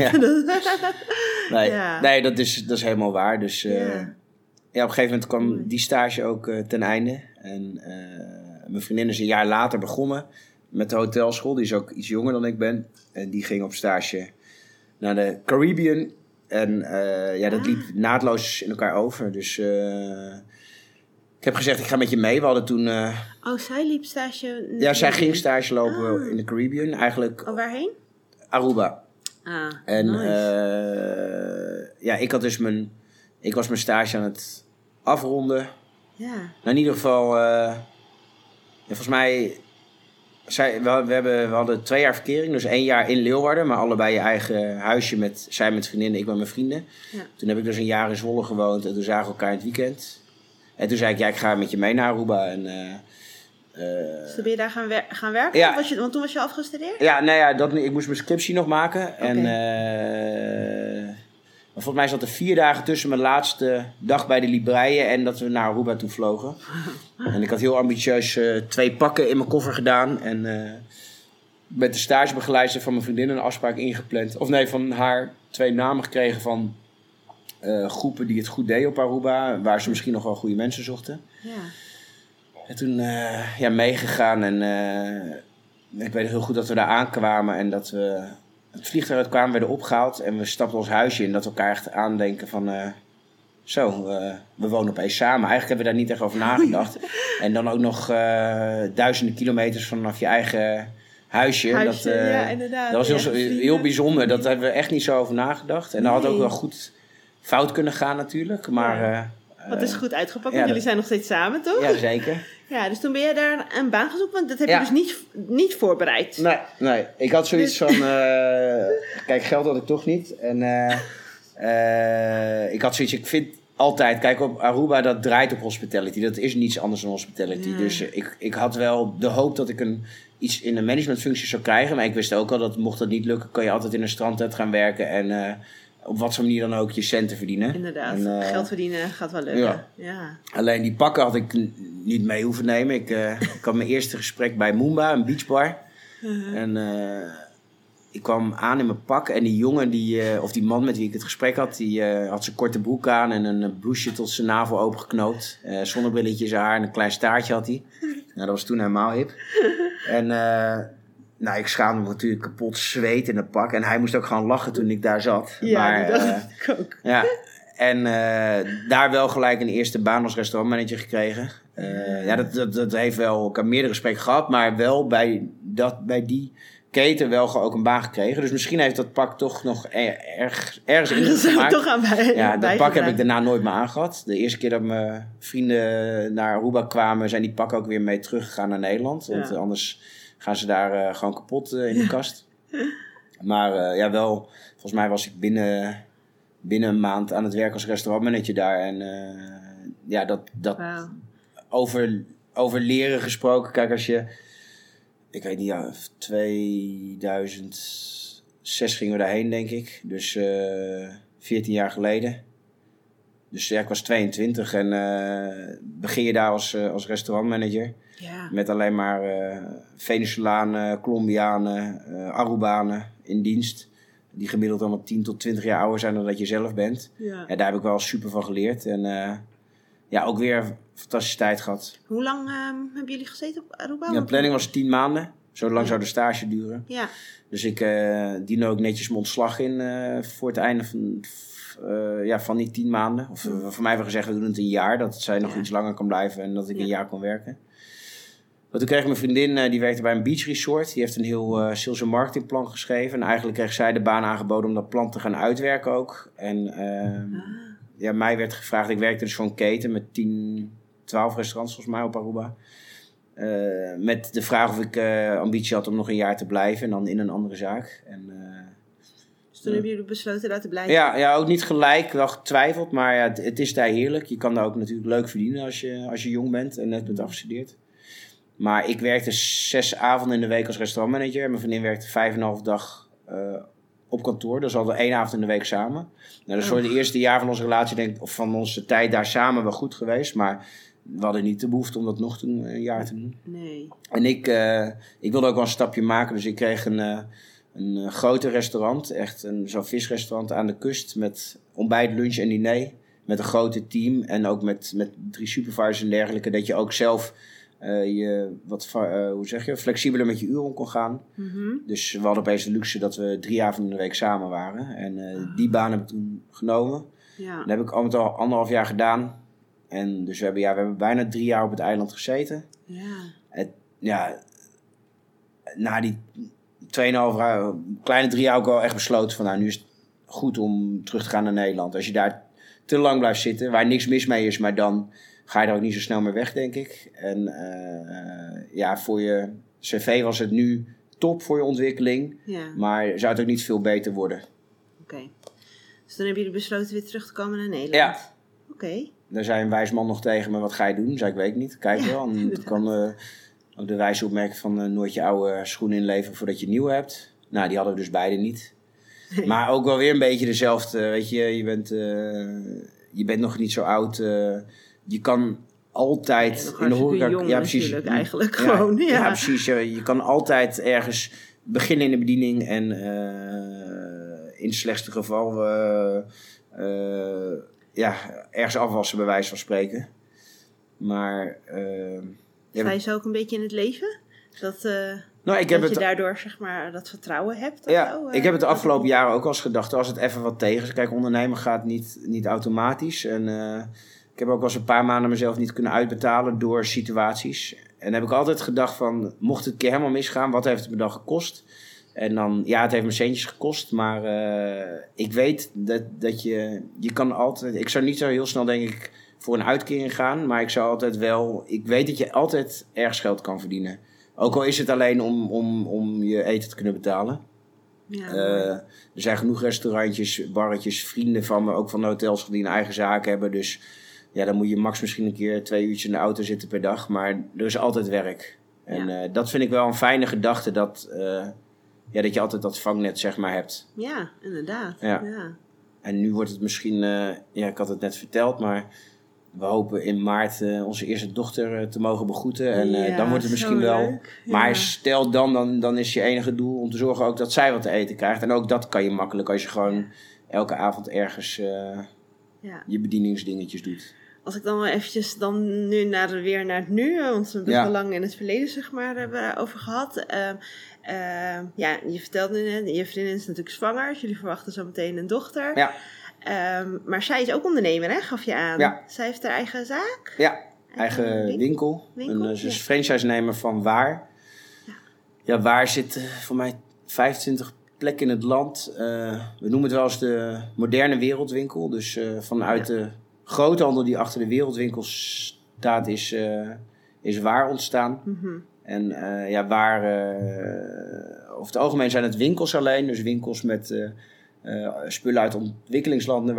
Ja. Nee, dat is helemaal waar. Dus op een gegeven moment kwam die stage ook ten einde. En mijn vriendin is een jaar later begonnen met de hotelschool. Die is ook iets jonger dan ik ben. En die ging op stage naar de Caribbean. En dat liep naadloos in elkaar over. Dus ik heb gezegd, ik ga met je mee. We hadden toen... zij liep stage... Ja, zij ging stage lopen in de Caribbean. Eigenlijk... waarheen? Aruba. En nice. ik was mijn stage aan het afronden. Ja. Nou, in ieder geval... volgens mij... We hadden 2 jaar verkering, dus 1 jaar in Leeuwarden, maar allebei je eigen huisje zij met vriendinnen, ik met mijn vrienden. Ja. Toen heb ik dus een jaar in Zwolle gewoond en toen zagen we elkaar in het weekend. En toen zei ik, ik ga met je mee naar Aruba. En, dus toen ben je daar gaan werken? Ja. Want toen was je afgestudeerd? Ja, ik moest mijn scriptie nog maken. Okay. En volgens mij zat er 4 dagen tussen mijn laatste dag bij de Libraïen en dat we naar Aruba toe vlogen. En ik had heel ambitieus 2 pakken in mijn koffer gedaan. En met de stagebegeleider van mijn vriendin een afspraak ingepland. Van haar 2 namen gekregen van groepen die het goed deden op Aruba. Waar ze misschien nog wel goede mensen zochten. Ja. En toen meegegaan. En ik weet heel goed dat we daar aankwamen. En dat we het vliegtuig uitkwamen, werden opgehaald. En we stapten ons huisje in. Dat we elkaar echt aandenken van... we wonen opeens samen. Eigenlijk hebben we daar niet echt over nagedacht. En dan ook nog duizenden kilometers vanaf je eigen huisje. Inderdaad. Dat was heel bijzonder. Dat hebben we echt niet zo over nagedacht. En dat had ook wel goed fout kunnen gaan natuurlijk. Maar Wat is goed uitgepakt, ja, want jullie zijn nog steeds samen, toch? Ja, zeker. Ja, dus toen ben jij daar een baan gezocht, want dat heb je Ja. dus niet voorbereid. Nee. Ik had zoiets van... kijk, geld had ik toch niet. En ik had zoiets... Ik vind altijd... Kijk, op Aruba, dat draait op hospitality. Dat is niets anders dan hospitality. Ja. Dus ik had wel de hoop dat ik iets in een managementfunctie zou krijgen. Maar ik wist ook al dat mocht dat niet lukken... kan je altijd in een strandtent gaan werken. En op wat voor manier dan ook je centen verdienen. Inderdaad, En, geld verdienen gaat wel lukken. Ja. Alleen die pakken had ik niet mee hoeven nemen. Ik had mijn eerste gesprek bij Moomba, een beachbar. En ik kwam aan in mijn pak. En die jongen, of die man met wie ik het gesprek had... die had zijn korte broek aan en een blouseje tot zijn navel opengeknoopt. Zonnebrilletje in zijn haar en een klein staartje had hij. Nou, dat was toen helemaal hip. En ik schaamde me natuurlijk kapot, zweet in het pak. En hij moest ook gewoon lachen toen ik daar zat. Ja, maar, die dacht ik ook. Ja, en daar wel gelijk een eerste baan als restaurantmanager gekregen. Dat heeft wel... Ik heb meerdere gesprekken gehad, maar wel bij die keten wel ook een baan gekregen. Dus misschien heeft dat pak toch nog ergens indruk gemaakt. Toch aan Dat pak heb ik daarna nooit meer aangehad. De eerste keer dat mijn vrienden naar Aruba kwamen... zijn die pakken ook weer mee teruggegaan naar Nederland. Want anders gaan ze daar gewoon kapot in de kast. Maar wel... Volgens mij was ik binnen een maand aan het werk als restaurantmanager daar. En over leren gesproken. Kijk, als je... Ik weet niet, 2006 gingen we daarheen, denk ik. Dus 14 jaar geleden. Dus ja, ik was 22 en begin je daar als restaurantmanager. Ja. Met alleen maar Venezolanen, Colombianen, Arubanen in dienst. Die gemiddeld allemaal 10 tot 20 jaar ouder zijn dan dat je zelf bent. Ja. Ja, daar heb ik wel super van geleerd. En ook weer een fantastische tijd gehad. Hoe lang hebben jullie gezeten op Aruba? De planning was 10 maanden. Zo lang zou de stage duren. Ja. Dus ik diende ook netjes mijn ontslag in voor het einde van die 10 maanden. Of voor mij hebben gezegd, we doen het een jaar. Dat zij nog iets langer kan blijven en dat ik een jaar kon werken. Maar toen kreeg mijn vriendin, die werkte bij een beach resort. Die heeft een heel sales en marketingplan geschreven. En eigenlijk kreeg zij de baan aangeboden om dat plan te gaan uitwerken ook. En mij werd gevraagd, ik werkte dus voor een keten met 12 restaurants volgens mij op Aruba. Met de vraag of ik ambitie had om nog een jaar te blijven en dan in een andere zaak. Dus toen hebben jullie besloten daar te blijven? Ja, ook niet gelijk, wel getwijfeld, maar ja, het is daar heerlijk. Je kan daar ook natuurlijk leuk verdienen als je jong bent en net bent afgestudeerd. Maar ik werkte 6 avonden in de week als restaurantmanager. En mijn vriendin werkte 5,5 dag op kantoor. Dus hadden we 1 avond in de week samen. Nou, dat is voor het eerste jaar van onze relatie, of van onze tijd daar samen wel goed geweest. Maar we hadden niet de behoefte om dat nog een jaar te doen. Nee. En ik wilde ook wel een stapje maken. Dus ik kreeg een groter restaurant. Echt zo'n visrestaurant aan de kust. Met ontbijt, lunch en diner. Met een grote team. En ook met 3 supervisors en dergelijke. Dat je ook zelf flexibeler met je uren om kon gaan. Mm-hmm. Dus we hadden opeens de luxe dat we 3 avonden in de week samen waren. En die baan heb ik toen genomen. Ja. Dat heb ik al 1,5 jaar gedaan. En dus we hebben bijna 3 jaar op het eiland gezeten. Ja. Na die 2,5 jaar, kleine 3 jaar ook wel echt besloten van nu is het goed om terug te gaan naar Nederland. Als je daar te lang blijft zitten, waar niks mis mee is, maar dan ga je er ook niet zo snel meer weg, denk ik. En voor je cv was het nu top voor je ontwikkeling, maar zou het ook niet veel beter worden. Oké. Dus dan hebben jullie besloten weer terug te komen naar Nederland? Ja. Oké. Daar zei een wijs man nog tegen me, wat ga je doen? Zei ik, weet ik niet, kijk wel. En toen kwam ook de wijze opmerking van nooit je oude schoenen inleveren voordat je nieuwe hebt. Nou, die hadden we dus beide niet. Nee. Maar ook wel weer een beetje dezelfde, weet je, je bent nog niet zo oud. Je kan altijd in de horeca, precies. Eigenlijk gewoon. Ja, precies. Je kan altijd ergens beginnen in de bediening en in het slechtste geval ergens afwassen bij wijze van spreken. Maar sta je zo ook een beetje in het leven? Dat je daardoor zeg maar dat vertrouwen hebt? Ik heb het de afgelopen jaren ook al eens gedacht. Als het even wat tegen is. Kijk, ondernemen gaat niet automatisch. En ik heb ook wel eens een paar maanden mezelf niet kunnen uitbetalen door situaties. En dan heb ik altijd gedacht van, mocht het een keer helemaal misgaan, wat heeft het me dan gekost? En dan, het heeft me centjes gekost, maar ik weet dat je kan altijd... Ik zou niet zo heel snel, denk ik, voor een uitkering gaan. Maar ik zou altijd wel... Ik weet dat je altijd ergens geld kan verdienen. Ook al is het alleen om je eten te kunnen betalen. Ja, Er zijn genoeg restaurantjes, barretjes, vrienden van me, ook van de hotels die een eigen zaak hebben. Dus ja, dan moet je max misschien een keer 2 uurtjes in de auto zitten per dag. Maar er is altijd werk. En dat vind ik wel een fijne gedachte, dat je altijd dat vangnet zeg maar hebt. ja, inderdaad. Ja. Ja. En nu wordt het misschien, ik had het net verteld, maar we hopen in maart onze eerste dochter te mogen begroeten. En dan wordt het misschien zo wel. leuk. Ja. Maar stel dan is je enige doel om te zorgen ook dat zij wat te eten krijgt. En ook dat kan je makkelijk als je gewoon elke avond ergens Ja. je bedieningsdingetjes doet. Als ik dan wel eventjes weer naar het nu, want we best wel lang in het verleden zeg maar hebben over gehad. Je vertelt nu net, je vriendin is natuurlijk zwanger, dus jullie verwachten zo meteen een dochter. Ja, Maar zij is ook ondernemer, hè? Gaf je aan. Ja. Zij heeft haar eigen zaak. ja. Eigen winkel. Ze is franchise-nemer van Waar. Ja, Waar zit voor mij 25 plekken in het land. We noemen het wel eens de moderne wereldwinkel. Dus vanuit de groothandel die achter de wereldwinkel staat, is Waar ontstaan. Mm-hmm. En Waar, over het algemeen zijn het winkels alleen. Dus winkels met spullen uit ontwikkelingslanden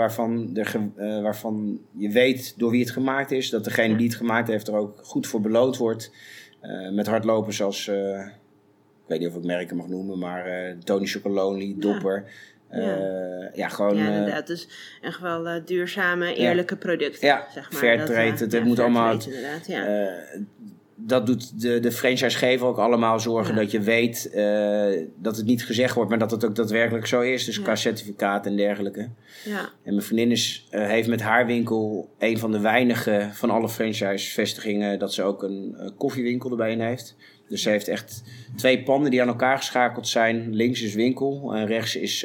waarvan je weet door wie het gemaakt is. Dat degene die het gemaakt heeft er ook goed voor beloond wordt. Met hardlopers als, ik weet niet of ik merken mag noemen, maar Tony Chocolonely, Dopper. Gewoon... inderdaad. Dus echt wel duurzame, eerlijke producten. Ja, zeg maar. Fairtrade. Het moet allemaal... Inderdaad, ja. Dat doet de franchisegever ook allemaal zorgen dat je weet dat het niet gezegd wordt, maar dat het ook daadwerkelijk zo is. Dus qua certificaat en dergelijke. Ja. En mijn vriendin heeft met haar winkel een van de weinige van alle franchisevestigingen dat ze ook een koffiewinkel erbij in heeft. Dus ze heeft echt 2 panden die aan elkaar geschakeld zijn. Links is winkel en rechts is...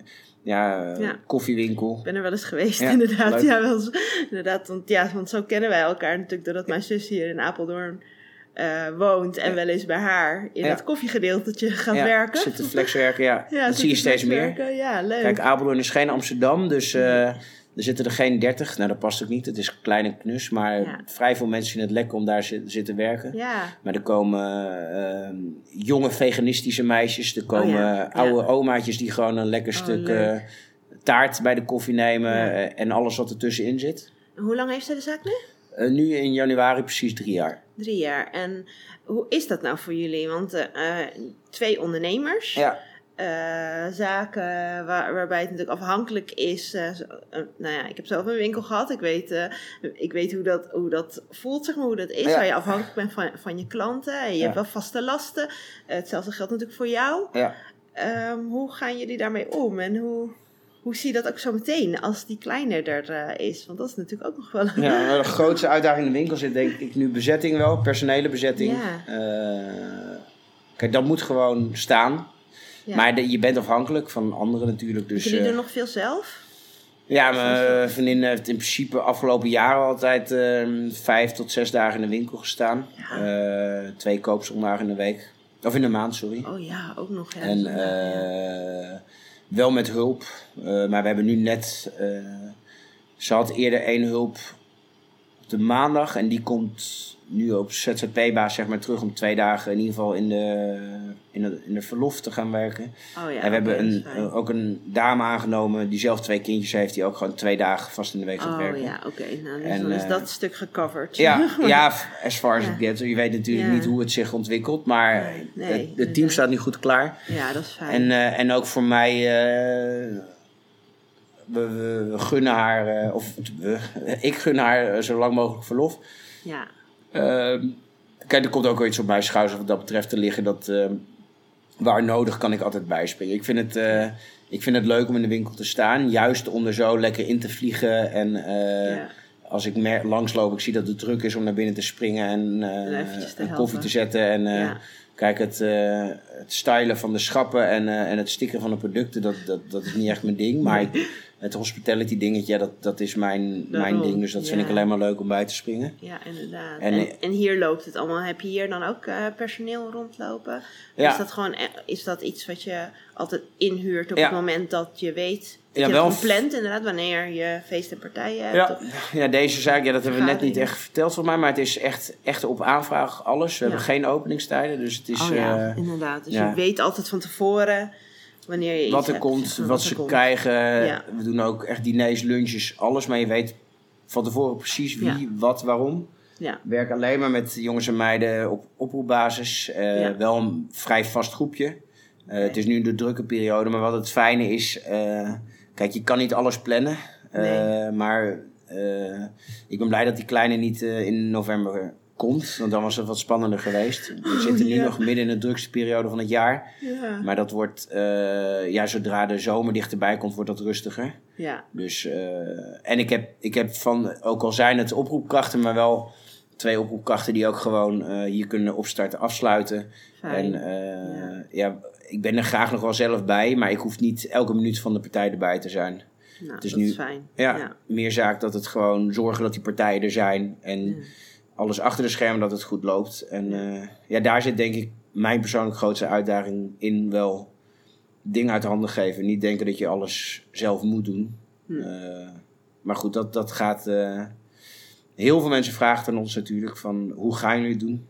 koffiewinkel. Ik ben er wel eens geweest, inderdaad. Leuk. Ja, wel eens, inderdaad. Want zo kennen wij elkaar natuurlijk, doordat mijn zus hier in Apeldoorn woont en wel eens bij haar in het koffiegedeeltetje gaat werken. Zit te flexwerken, dat zie je steeds meer. Ja, leuk. Kijk, Apeldoorn is geen Amsterdam, dus er zitten er geen 30. Nou, dat past ook niet. Het is klein en knus, maar vrij veel mensen vinden het lekker om daar zitten werken. Ja. Maar er komen jonge veganistische meisjes, er komen oude omaatjes die gewoon een lekker stuk taart bij de koffie nemen en alles wat ertussenin zit. Hoe lang heeft zij de zaak nu? Nu in januari precies 3 jaar. 3 jaar. En hoe is dat nou voor jullie? Want 2 ondernemers. Ja. Zaken waarbij het natuurlijk afhankelijk is. Ik heb zelf een winkel gehad. Ik weet hoe dat voelt, zeg maar, hoe dat is. Waar je afhankelijk bent van je klanten. En je hebt wel vaste lasten. Hetzelfde geldt natuurlijk voor jou. Ja. Hoe gaan jullie daarmee om? En hoe zie je dat ook zo meteen als die kleiner er is? Want dat is natuurlijk ook nog wel... de grootste uitdaging in de winkel zit denk ik nu bezetting wel. Personele bezetting. Ja. Kijk, dat moet gewoon staan. Ja. Maar je bent afhankelijk van anderen natuurlijk. Dus, jullie doen nog veel zelf? Ja, mijn vriendin heeft in principe afgelopen jaren altijd 5 tot 6 dagen in de winkel gestaan. Ja. 2 koopzondagen in de week. Of in de maand, sorry. Oh ja, ook nog. Ja, en wel met hulp. Maar we hebben nu net... ze had eerder 1 hulp op de maandag. En die komt nu op ZZP-basis zeg maar terug om 2 dagen in ieder geval in de verlof te gaan werken. Oh ja, en we hebben ook een dame aangenomen die zelf 2 kindjes heeft, die ook gewoon 2 dagen vast in de week gaat werken. Oh ja, oké. Nou, dus dan is dat stuk gecoverd. Ja, as far as it gets. Je weet natuurlijk niet hoe het zich ontwikkelt, maar het team staat nu goed klaar. Ja, dat is fijn. En ook voor mij... We gunnen haar, ik gun haar zo lang mogelijk verlof. Ja. Kijk, er komt ook wel iets op mijn schouders wat dat betreft te liggen. Dat waar nodig kan ik altijd bijspringen. Ik vind het leuk om in de winkel te staan. Juist om er zo lekker in te vliegen. En als ik langsloop, ik zie dat het druk is om naar binnen te springen. En een koffie te zetten. En kijk, het stylen van de schappen en het stickeren van de producten, dat is niet echt mijn ding. Maar Het hospitality dingetje, dat is mijn ding. Dus dat vind ik alleen maar leuk om bij te springen. Ja, inderdaad. En hier loopt het allemaal. Heb je hier dan ook personeel rondlopen? Ja. Is dat iets wat je altijd inhuurt op Ja. het moment dat je weet... Ja, je wel het gewoon plant inderdaad, wanneer je feest en partijen hebt? Ja, ja, deze zaak, dat hebben we net niet vergaderingen. echt verteld volgens mij. Maar het is echt op aanvraag alles. We hebben geen openingstijden. Dus het is inderdaad. Dus ja. je weet altijd van tevoren wanneer je iets wat er hebt, komt, zeg maar, wat ze komt. krijgen. Ja. We doen ook echt diners, lunches, alles. Maar je weet van tevoren precies wie, wat, waarom. Ja. Ik werk alleen maar met jongens en meiden op oproepbasis. Wel een vrij vast groepje. Het is nu de drukke periode. Maar wat het fijne is... kijk, je kan niet alles plannen. Nee. Maar ik ben blij dat die kleine niet in november komt. Want dan was het wat spannender geweest. We zitten nu nog midden in de drukste periode van het jaar. Ja. Maar dat wordt... zodra de zomer dichterbij komt, wordt dat rustiger. Ja. Dus, en ik heb van... Ook al zijn het oproepkrachten, maar wel 2 oproepkrachten... die ook gewoon hier kunnen opstarten, afsluiten. Fijn. En ik ben er graag nog wel zelf bij... maar ik hoef niet elke minuut van de partij erbij te zijn. Nou, Het is dat nu is fijn. Ja, meer zaak dat het gewoon zorgen dat die partijen er zijn. En alles achter de schermen dat het goed loopt. En daar zit denk ik mijn persoonlijk grootste uitdaging in wel dingen uit de handen geven. Niet denken dat je alles zelf moet doen. Maar goed, dat gaat... heel veel mensen vragen aan ons natuurlijk van hoe gaan jullie het doen?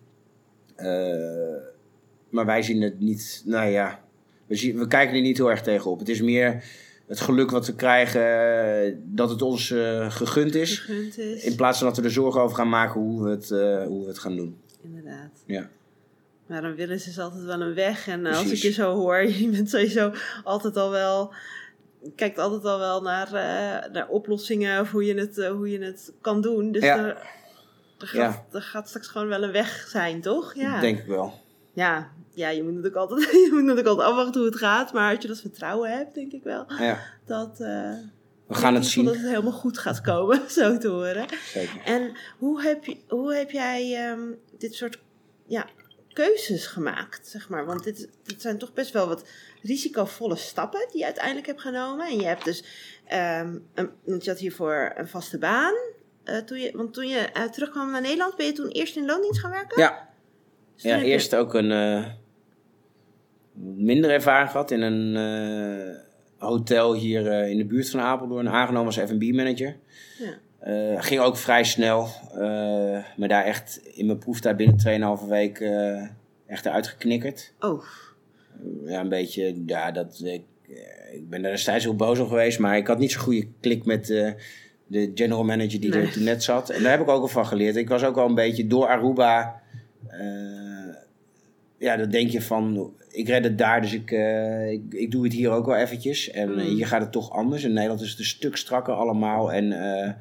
Maar wij zien het niet... Nou ja, we kijken er niet heel erg tegenop. Het is meer... Het geluk wat we krijgen, dat het ons gegund is. In plaats van dat we er zorgen over gaan maken hoe we het gaan doen. Inderdaad. Ja. Maar dan willen ze altijd wel een weg. En als ik Precies. je zo hoor, je bent sowieso altijd al wel... Kijkt altijd al wel naar oplossingen of hoe je het kan doen. Dus Ja. er gaat straks gewoon wel een weg zijn, toch? Ja. Denk ik wel. Ja, je moet natuurlijk altijd afwachten hoe het gaat. Maar als je dat vertrouwen hebt, denk ik wel Ja. dat... We gaan het zien. Dat het helemaal goed gaat komen, zo te horen. Zeker. En hoe heb jij dit soort keuzes gemaakt, zeg maar? Want dit zijn toch best wel wat risicovolle stappen die je uiteindelijk hebt genomen. En je hebt dus, want je had hiervoor een vaste baan. Toen je terugkwam naar Nederland, ben je toen eerst in loondienst gaan werken? Ja. Dus toen heb je- Eerst ook een minder ervaring gehad in een hotel hier in de buurt van Apeldoorn. Aangenomen als F&B-manager. Ja. Ging ook vrij snel. Maar daar echt in mijn proeftijd binnen 2,5 week echt eruit geknikkerd. Oh, Ja, een beetje, ik ben daar destijds heel boos om geweest, maar ik had niet zo'n goede klik met de general manager die er toen net zat. En daar heb ik ook al van geleerd. Ik was ook al een beetje door Aruba, dan denk je van, ik red het daar, dus ik doe het hier ook wel eventjes. En hier gaat het toch anders. In Nederland is het een stuk strakker allemaal. En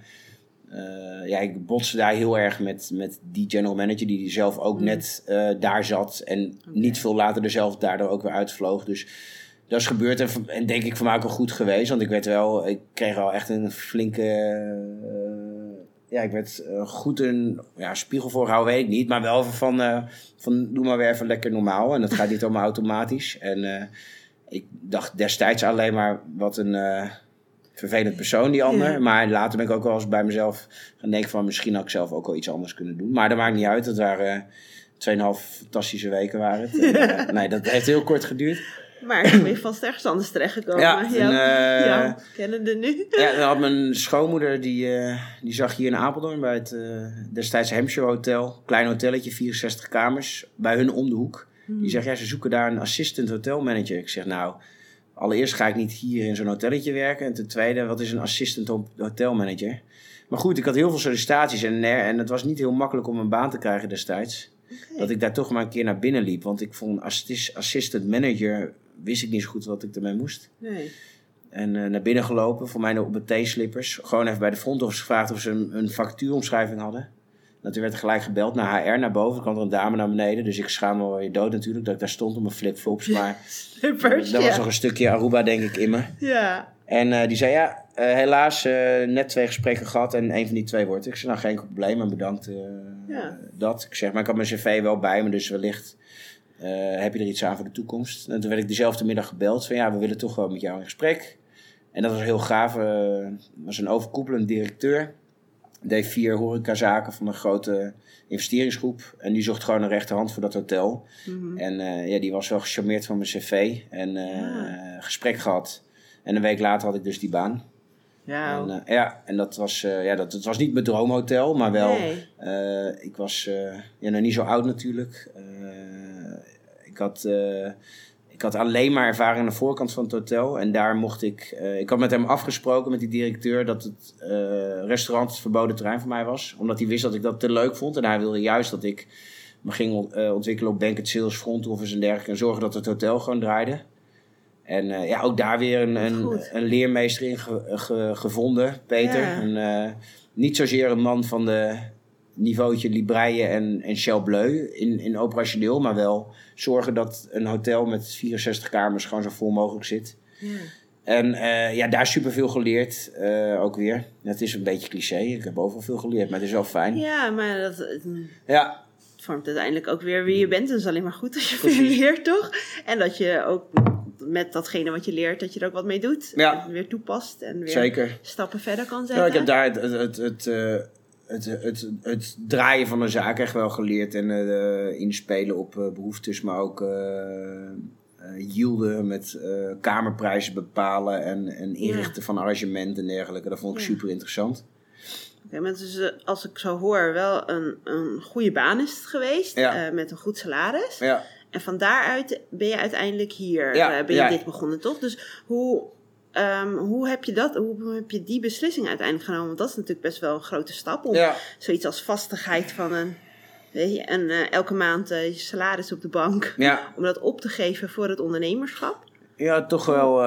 ik botste daar heel erg met die general manager die zelf ook net daar zat. En niet veel later er zelf daardoor ook weer uitvloog. Dus dat is gebeurd en denk ik voor mij ook wel goed geweest. Want ik kreeg wel echt een flinke... ik werd goed een spiegel voorgehouden, weet ik niet. Maar wel van doe maar weer even lekker normaal. En dat gaat niet allemaal automatisch. En ik dacht destijds alleen maar wat een vervelend persoon, die ander. Ja. Maar later ben ik ook wel eens bij mezelf gaan denken van misschien had ik zelf ook wel iets anders kunnen doen. Maar dat maakt niet uit. Het waren 2,5 fantastische weken waren het. En, nee, dat heeft heel kort geduurd. maar ik ben vast ergens anders terechtgekomen. Ja, kennende nu. Ja, dan had mijn schoonmoeder, die zag hier in Apeldoorn bij het destijds Hampshire Hotel. Klein hotelletje, 64 kamers, bij hun om de hoek. Die zegt, ze zoeken daar een assistant hotelmanager. Ik zeg, nou, allereerst ga ik niet hier in zo'n hotelletje werken. En ten tweede, wat is een assistant hotelmanager? Maar goed, ik had heel veel sollicitaties en het was niet heel makkelijk om een baan te krijgen destijds. Okay. Dat ik daar toch maar een keer naar binnen liep. Want ik vond assistant manager, wist ik niet zo goed wat ik ermee moest. Nee. En naar binnen gelopen, voor mij op mijn theeslippers. Gewoon even bij de front office gevraagd of ze een factuuromschrijving hadden. En toen werd er gelijk gebeld naar HR, naar boven. Er kwam er een dame naar beneden. Dus ik schaam me wel weer dood natuurlijk dat ik daar stond op mijn flipflops. Maar Slippers, dat was nog een stukje Aruba denk ik in me. Ja. En die zei helaas net 2 gesprekken gehad en 1 van die 2 wordt. Ik zei nou geen probleem en bedankt dat. Ik zeg maar ik had mijn cv wel bij me, dus wellicht heb je er iets aan voor de toekomst. En toen werd ik dezelfde middag gebeld van we willen toch wel met jou in gesprek. En dat was heel gaaf. Was een overkoepelend directeur. Deed 4 horecazaken van een grote investeringsgroep. En die zocht gewoon een rechterhand voor dat hotel. Mhm. En die was wel gecharmeerd van mijn cv. En gesprek gehad. En een week later had ik dus die baan. Ja. En dat was, het was niet mijn droomhotel, maar wel. Nee. Ik was nog niet zo oud natuurlijk. Ik had alleen maar ervaring aan de voorkant van het hotel. En daar mocht ik... ik had met hem afgesproken, met die directeur, dat het restaurant het verboden terrein voor mij was. Omdat hij wist dat ik dat te leuk vond. En hij wilde juist dat ik me ging ontwikkelen op banquet sales, front office en dergelijke. En zorgen dat het hotel gewoon draaide. En ook daar weer een leermeester in gevonden, Peter. Ja. Niet zozeer een man van de niveautje Libreien en Chel Bleu in operationeel, maar wel zorgen dat een hotel met 64 kamers gewoon zo vol mogelijk zit. Ja. En daar superveel geleerd, ook weer. Het is een beetje cliché, ik heb overal veel geleerd, maar het is wel fijn. Ja, maar dat... Ja. Het vormt uiteindelijk ook weer wie je bent. En het is alleen maar goed als je Precies. veel leert, toch? En dat je ook met datgene wat je leert, dat je er ook wat mee doet. Ja. En weer toepast en weer Zeker. stappen verder kan zetten. Ja, ik heb daar het draaien van een zaak echt wel geleerd. En inspelen op behoeftes, maar ook yielden met kamerprijzen bepalen en inrichten van arrangementen en dergelijke. Dat vond ik super interessant. Oké, maar dus, als ik zo hoor, wel een goede baan is het geweest. Ja. Met een goed salaris. Ja. En van daaruit ben je uiteindelijk hier. Ja, Ben je ja. dit begonnen, toch? Dus hoe heb je die beslissing uiteindelijk genomen? Want dat is natuurlijk best wel een grote stap. Om zoiets als vastigheid van elke maand je salaris op de bank. Ja. Om dat op te geven voor het ondernemerschap. Ja, toch wel...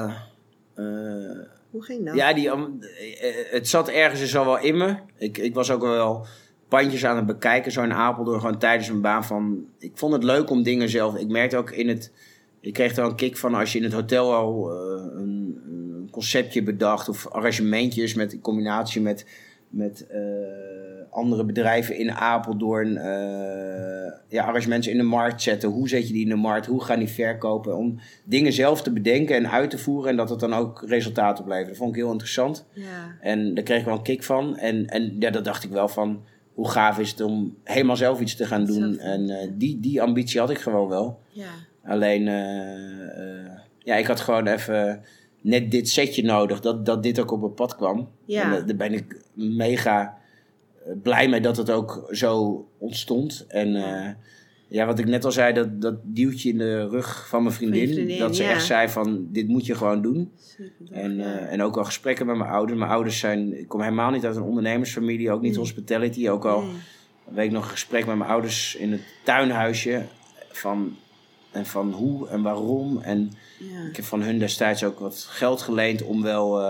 Hoe ging dat? Ja, het zat ergens dus al wel in me. Ik was ook wel pandjes aan het bekijken, zo in Apeldoorn, gewoon tijdens mijn baan van... Ik vond het leuk om dingen zelf... Ik merkte ook ik kreeg er wel een kick van als je in het hotel al een conceptje bedacht of arrangementjes in combinatie met andere bedrijven in Apeldoorn. Arrangementen in de markt zetten. Hoe zet je die in de markt? Hoe gaan die verkopen? Om dingen zelf te bedenken en uit te voeren en dat het dan ook resultaat oplevert. Dat vond ik heel interessant. Ja. En daar kreeg ik wel een kick van. En dat dacht ik wel van, hoe gaaf is het om helemaal zelf iets te gaan doen. En die ambitie had ik gewoon wel. Ja. Alleen, ik had gewoon even net dit setje nodig, dat dit ook op het pad kwam. Ja. En daar ben ik mega blij mee dat het ook zo ontstond. En wat ik net al zei, dat duwtje in de rug van mijn vriendin, dat ze echt zei van, dit moet je gewoon doen. En ook al gesprekken met mijn ouders. Mijn ouders ik kom helemaal niet uit een ondernemersfamilie, ook niet hospitality. Ook al weet ik nog een gesprek met mijn ouders in het tuinhuisje van hoe en waarom. En ik heb van hun destijds ook wat geld geleend om wel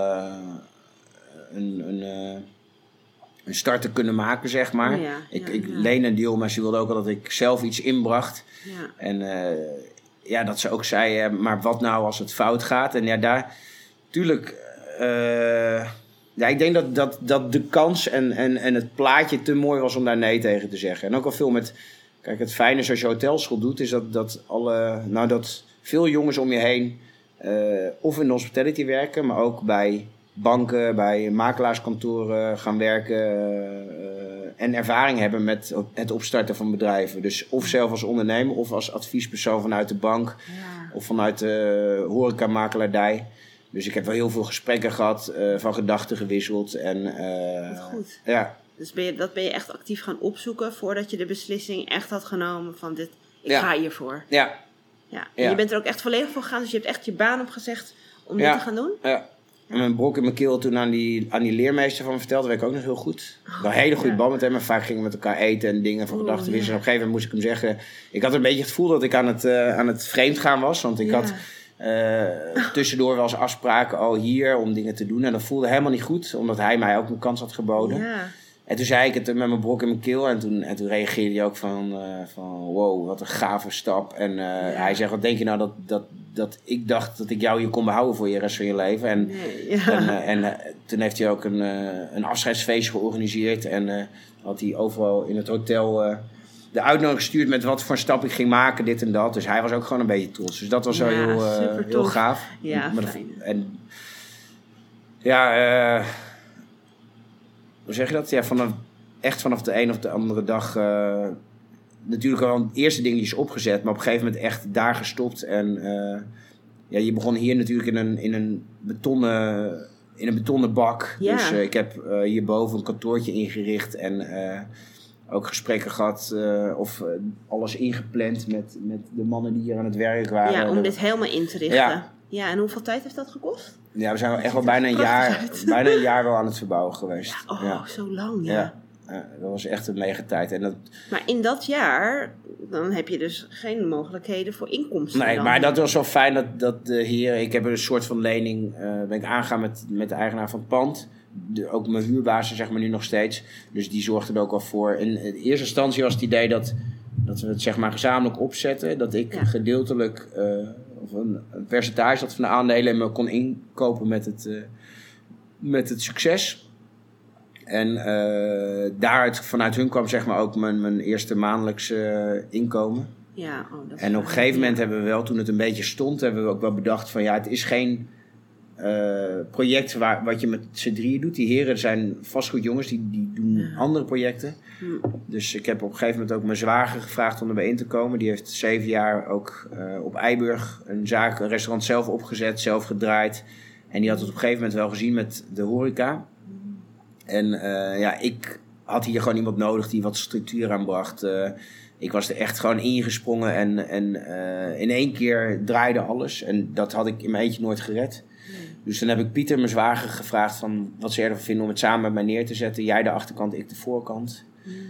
een start te kunnen maken, zeg maar. Ik leen een deel, maar ze wilde ook al dat ik zelf iets inbracht. Ja. En dat ze ook zei, maar wat nou als het fout gaat? En daar, tuurlijk... ik denk dat de kans en het plaatje te mooi was om daar nee tegen te zeggen. En ook al veel met... Kijk, het fijne is als je hotelschool doet, is dat veel jongens om je heen of in de hospitality werken, maar ook bij banken, bij makelaarskantoren gaan werken en ervaring hebben met het opstarten van bedrijven. Dus of zelf als ondernemer of als adviespersoon vanuit de bank of vanuit de horecamakelaardij. Dus ik heb wel heel veel gesprekken gehad, van gedachten gewisseld. Wat goed. Ja. Dus dat ben je echt actief gaan opzoeken voordat je de beslissing echt had genomen van ik ga hiervoor. Ja. En je bent er ook echt volledig voor gegaan, dus je hebt echt je baan opgezegd om dit te gaan doen? Ja. En mijn brok in mijn keel toen aan die leermeester van me verteld, dat weet ik ook nog heel goed. Een hele goede band met hem. En vaak gingen we met elkaar eten en dingen van gedachten wisselen. En op een gegeven moment moest ik hem zeggen, ik had een beetje het gevoel dat ik aan het vreemd gaan was. Want ik had tussendoor wel eens afspraken hier om dingen te doen. En dat voelde helemaal niet goed, omdat hij mij ook een kans had geboden. Ja. En toen zei ik het met mijn brok in mijn keel. En toen reageerde hij ook van wow, wat een gave stap. En hij zegt, wat denk je nou dat ik dacht dat ik jou hier kon behouden voor je rest van je leven. En toen heeft hij ook een afscheidsfeestje georganiseerd. En had hij overal in het hotel de uitnodiging gestuurd met wat voor stap ik ging maken, dit en dat. Dus hij was ook gewoon een beetje trots. Dus dat was wel heel gaaf. Ja, Ja, hoe zeg je dat? Ja, vanaf de een of de andere dag natuurlijk al het eerste dingetjes opgezet, maar op een gegeven moment echt daar gestopt. En je begon hier natuurlijk in een betonnen bak. Ja. Dus ik heb hierboven een kantoortje ingericht en ook gesprekken gehad of alles ingepland met de mannen die hier aan het werk waren. Ja, om dit helemaal in te richten. Ja. Ja, en hoeveel tijd heeft dat gekost? Ja, we zijn wel echt wel ziet er bijna een jaar wel aan het verbouwen geweest. Ja, Ja. zo lang, ja. Ja. Dat was echt een mega tijd. En dat, Maar in dat jaar, dan heb je dus geen mogelijkheden voor inkomsten. nee, dan. maar dat was wel fijn dat de heer... Ik heb een soort van lening, ben ik aangegaan met de eigenaar van het pand. Ook mijn huurbazen, zeg maar, nu nog steeds. Dus die zorgde er ook al voor. In eerste instantie was het idee dat we het, zeg maar, gezamenlijk opzetten. Dat ik gedeeltelijk... of een percentage dat van de aandelen me kon inkopen met het succes. En vanuit hun kwam, zeg maar, ook mijn eerste maandelijkse inkomen. Ja, dat is En op een gegeven moment hebben we wel, toen het een beetje stond, hebben we ook wel bedacht van ja, het is geen project wat je met z'n drieën doet. Die heren zijn vastgoedjongens, die doen andere projecten. Dus ik heb op een gegeven moment ook mijn zwager gevraagd om erbij in te komen. Die heeft 7 jaar ook op Eiburg een restaurant zelf opgezet, zelf gedraaid. En die had het op een gegeven moment wel gezien met de horeca. En ik had hier gewoon iemand nodig die wat structuur aanbracht. Ik was er echt gewoon ingesprongen en in 1 keer draaide alles. En dat had ik in mijn eentje nooit gered. Dus dan heb ik Pieter, mijn zwager, gevraagd van wat ze ervan vinden om het samen met mij neer te zetten. Jij de achterkant, ik de voorkant.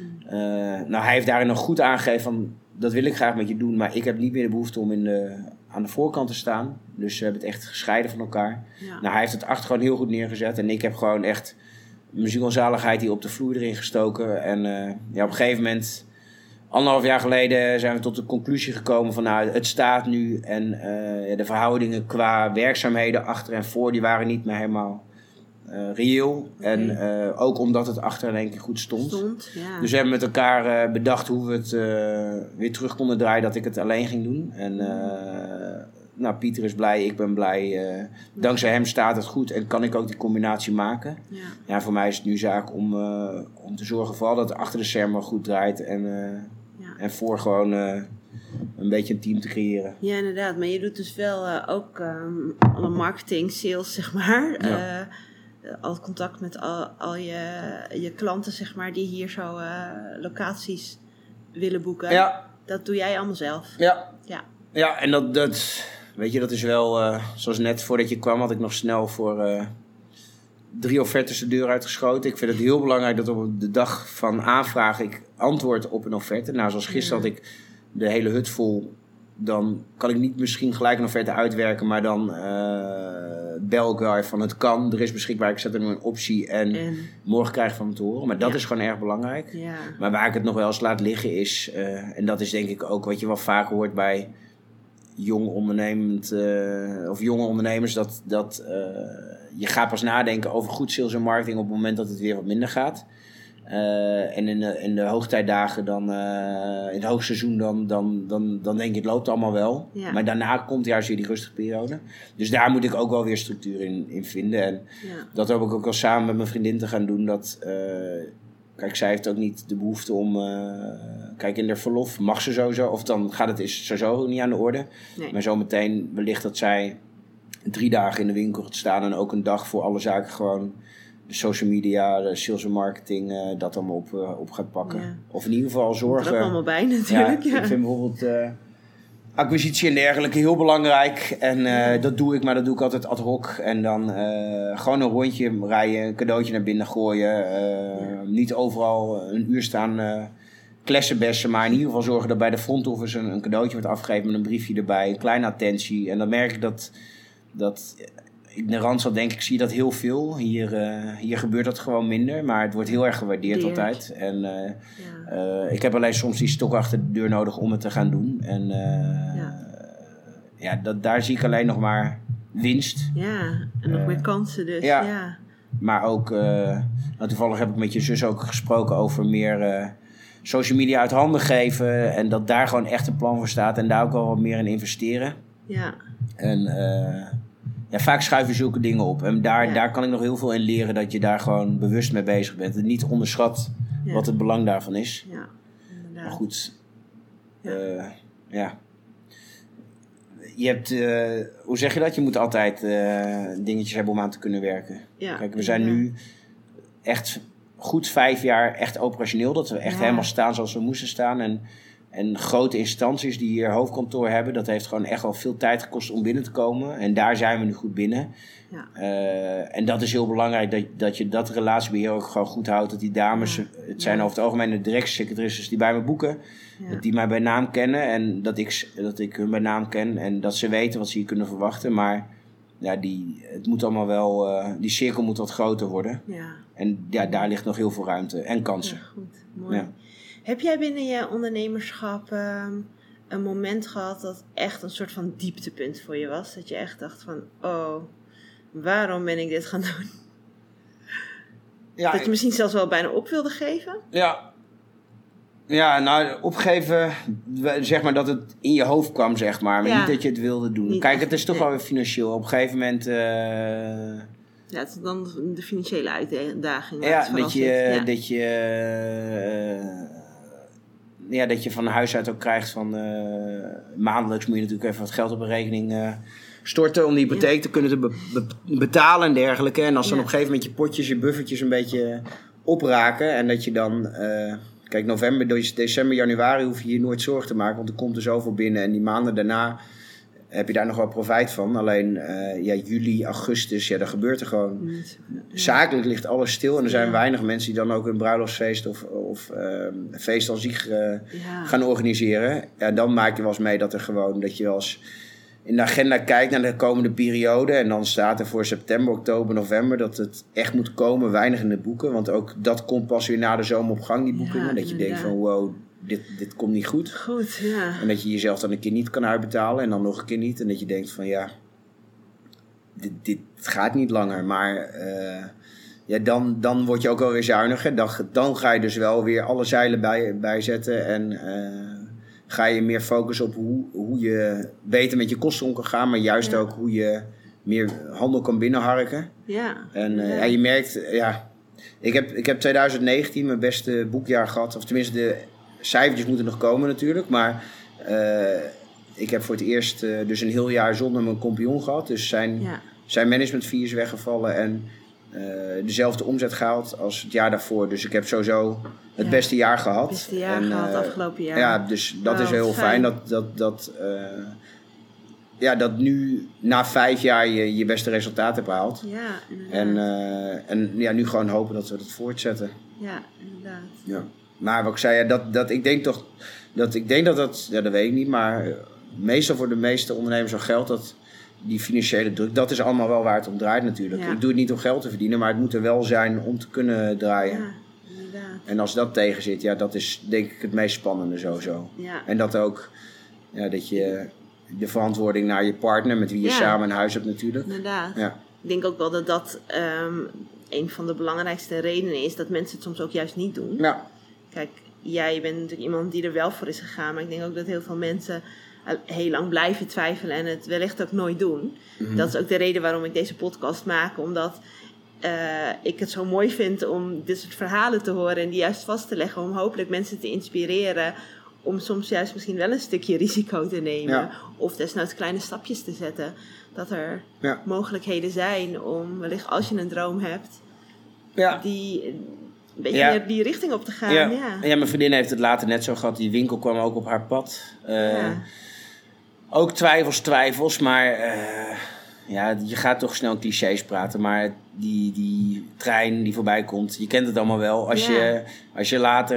Hij heeft daarin nog goed aangegeven van dat wil ik graag met je doen. Maar ik heb niet meer de behoefte om aan de voorkant te saan. Dus we hebben het echt gescheiden van elkaar. Ja. Hij heeft het achter gewoon heel goed neergezet. En ik heb gewoon echt mijn ziel en zaligheid hier op de vloer erin gestoken. En op een gegeven moment, 1,5 jaar geleden, zijn we tot de conclusie gekomen van nou, het staat nu. En de verhoudingen qua werkzaamheden achter en voor, die waren niet meer helemaal reëel. Okay. En ook omdat het achter in één keer goed stond. Ja. Dus we hebben met elkaar bedacht hoe we het weer terug konden draaien, dat ik het alleen ging doen. En Pieter is blij, ik ben blij. Dankzij hem staat het goed en kan ik ook die combinatie maken. Ja, voor mij is het nu zaak om te zorgen vooral dat het achter de schermen goed draait. En voor gewoon een beetje een team te creëren. Ja, inderdaad. Maar je doet dus wel ook alle marketing, sales, zeg maar. Ja. Al contact met al je klanten, zeg maar, die hier zo locaties willen boeken. Ja. Dat doe jij allemaal zelf. Ja, en dat weet je, dat is wel... zoals net voordat je kwam, had ik nog snel voor 3 offertes de deur uitgeschoten. Ik vind het heel belangrijk dat op de dag van aanvraag ik antwoord op een offerte. Nou, zoals gisteren had ik de hele hut vol. Dan kan ik niet misschien gelijk een offerte uitwerken, maar dan bel ik van het kan. Er is beschikbaar, ik zet er nu een optie en morgen krijg ik van me te horen. Maar dat is gewoon erg belangrijk. Ja. Maar waar ik het nog wel eens laat liggen is, en dat is denk ik ook wat je wel vaker hoort bij jong ondernemend of jonge ondernemers, dat je gaat pas nadenken over goed sales en marketing op het moment dat het weer wat minder gaat. En in de hoogtijdagen, in het hoogseizoen, dan denk je het loopt allemaal wel. Ja. Maar daarna komt juist weer die rustige periode. Dus daar moet ik ook wel weer structuur in vinden. En dat hoop ik ook wel samen met mijn vriendin te gaan doen. Kijk, zij heeft ook niet de behoefte om... kijk, in de verlof mag ze sowieso. Of dan gaat het sowieso niet aan de orde. Nee. Maar zometeen wellicht dat zij 3 dagen in de winkel gaat staan. En ook een dag voor alle zaken gewoon... de social media, de sales en marketing, dat allemaal op gaat pakken. Ja. Of in ieder geval zorgen... Dat er allemaal bij natuurlijk. Ja. Ik vind bijvoorbeeld acquisitie en dergelijke heel belangrijk. En dat doe ik, maar dat doe ik altijd ad hoc. En dan gewoon een rondje rijden, een cadeautje naar binnen gooien. Niet overal een uur staan klessenbessen, maar in ieder geval zorgen dat bij de front office een cadeautje wordt afgegeven met een briefje erbij, een kleine attentie. En dan merk ik dat in de Randstad denk ik, zie je dat heel veel. Hier gebeurt dat gewoon minder, maar het wordt heel erg gewaardeerd altijd. En ik heb alleen soms die stok achter de deur nodig om het te gaan doen. En daar zie ik alleen nog maar winst. Ja, en nog meer kansen dus. Ja. Maar ook, toevallig heb ik met je zus ook gesproken over meer social media uit handen geven. En dat daar gewoon echt een plan voor staat en daar ook wel wat meer in investeren. Ja. En... vaak schuiven zulke dingen op. En Ja. daar kan ik nog heel veel in leren, dat je daar gewoon bewust mee bezig bent. En niet onderschat Ja. wat het belang daarvan is. Ja, inderdaad. Maar goed, Ja. je hebt, hoe zeg je dat? Je moet altijd dingetjes hebben om aan te kunnen werken. Ja, Kijk, we zijn inderdaad. nu echt goed 5 jaar echt operationeel. Dat we echt helemaal staan zoals we moesten staan. En grote instanties die hier hoofdkantoor hebben, dat heeft gewoon echt wel veel tijd gekost om binnen te komen. En daar zijn we nu goed binnen. Ja. En dat is heel belangrijk, dat je dat relatiebeheer ook gewoon goed houdt. Dat die dames, het zijn over het algemeen de directiesecretaresses die bij me boeken. Ja. Dat die mij bij naam kennen en dat ik hun bij naam ken. En dat ze weten wat ze hier kunnen verwachten. Maar ja, het moet allemaal wel, die cirkel moet wat groter worden. Ja. En ja, daar ligt nog heel veel ruimte en kansen. Ja, goed. Mooi. Ja. Heb jij binnen je ondernemerschap een moment gehad dat echt een soort van dieptepunt voor je was? Dat je echt dacht van, oh, waarom ben ik dit gaan doen? Ja, Dat je misschien zelfs wel bijna op wilde geven? Ja, nou, opgeven, zeg maar dat het in je hoofd kwam, zeg maar Ja. niet dat je het wilde doen. Niet Kijk, echt, het is toch nee. wel weer financieel. Op een gegeven moment, Ja, het is dan de financiële uitdaging. waar ja, het vooral dat zit. je van huis uit ook krijgt van maandelijks moet je natuurlijk even wat geld op een rekening storten om die hypotheek te kunnen betalen en dergelijke. En als dan Ja. op een gegeven moment je potjes, je buffertjes een beetje opraken en dat je dan... Kijk, november, december, januari hoef je hier nooit zorgen te maken, want er komt er zoveel binnen. En die maanden daarna heb je daar nog wel profijt van. Alleen juli, augustus, daar gebeurt er gewoon. Zakelijk ligt alles stil en er zijn weinig mensen die dan ook een bruiloftsfeest of een feest als zich gaan organiseren. Ja, dan maak je wel eens mee dat je wel eens in de agenda kijkt naar de komende periode. En dan staat er voor september, oktober, november dat het echt moet komen. Weinig in de boeken. Want ook dat komt pas weer na de zomer op gang, die boekingen. Ja, dat je denkt inderdaad. van wow, dit komt niet goed. Goed, ja. En dat je jezelf dan een keer niet kan uitbetalen. En dan nog een keer niet. En dat je denkt van ja, dit gaat niet langer. Maar dan word je ook wel weer zuiniger. Dan ga je dus wel weer alle zeilen bijzetten. En ga je meer focussen op hoe je beter met je kosten om kan gaan. Maar juist ook hoe je meer handel kan binnenharken. Ja. En je merkt, ik heb 2019 mijn beste boekjaar gehad. Of tenminste, de cijfertjes moeten nog komen natuurlijk. Maar ik heb voor het eerst dus een heel jaar zonder mijn compagnon gehad. Dus zijn management fee is weggevallen. En dezelfde omzet gehaald als het jaar daarvoor. Dus ik heb sowieso het beste jaar gehad. Het beste jaar gehad afgelopen jaar. Ja, dus dat is heel fijn. Dat nu na 5 jaar je beste resultaat hebt behaald. Ja, inderdaad. En nu gewoon hopen dat we dat voortzetten. Ja, inderdaad. Ja. Maar wat ik zei, ik denk dat dat weet ik niet, maar meestal voor de meeste ondernemers al geldt dat die financiële druk, dat is allemaal wel waar het om draait natuurlijk. Ja. Ik doe het niet om geld te verdienen, maar het moet er wel zijn om te kunnen draaien. Ja, inderdaad. En als dat tegen zit, dat is denk ik het meest spannende sowieso. Ja. En dat ook, dat je de verantwoording naar je partner, met wie je samen een huis hebt natuurlijk. Inderdaad. Ja. Ik denk ook wel dat een van de belangrijkste redenen is dat mensen het soms ook juist niet doen. Ja. Kijk, jij bent natuurlijk iemand die er wel voor is gegaan, maar ik denk ook dat heel veel mensen heel lang blijven twijfelen en het wellicht ook nooit doen. Mm-hmm. Dat is ook de reden waarom ik deze podcast maak, omdat ik het zo mooi vind om dit soort verhalen te horen en die juist vast te leggen, om hopelijk mensen te inspireren om soms juist misschien wel een stukje risico te nemen. Ja. Of desnoods kleine stapjes te zetten. Dat er mogelijkheden zijn om wellicht als je een droom hebt, die een beetje meer die richting op te gaan. Ja, mijn vriendin heeft het later net zo gehad. Die winkel kwam ook op haar pad. Ook twijfels, maar je gaat toch snel clichés praten. Maar die trein die voorbij komt, je kent het allemaal wel. Als je later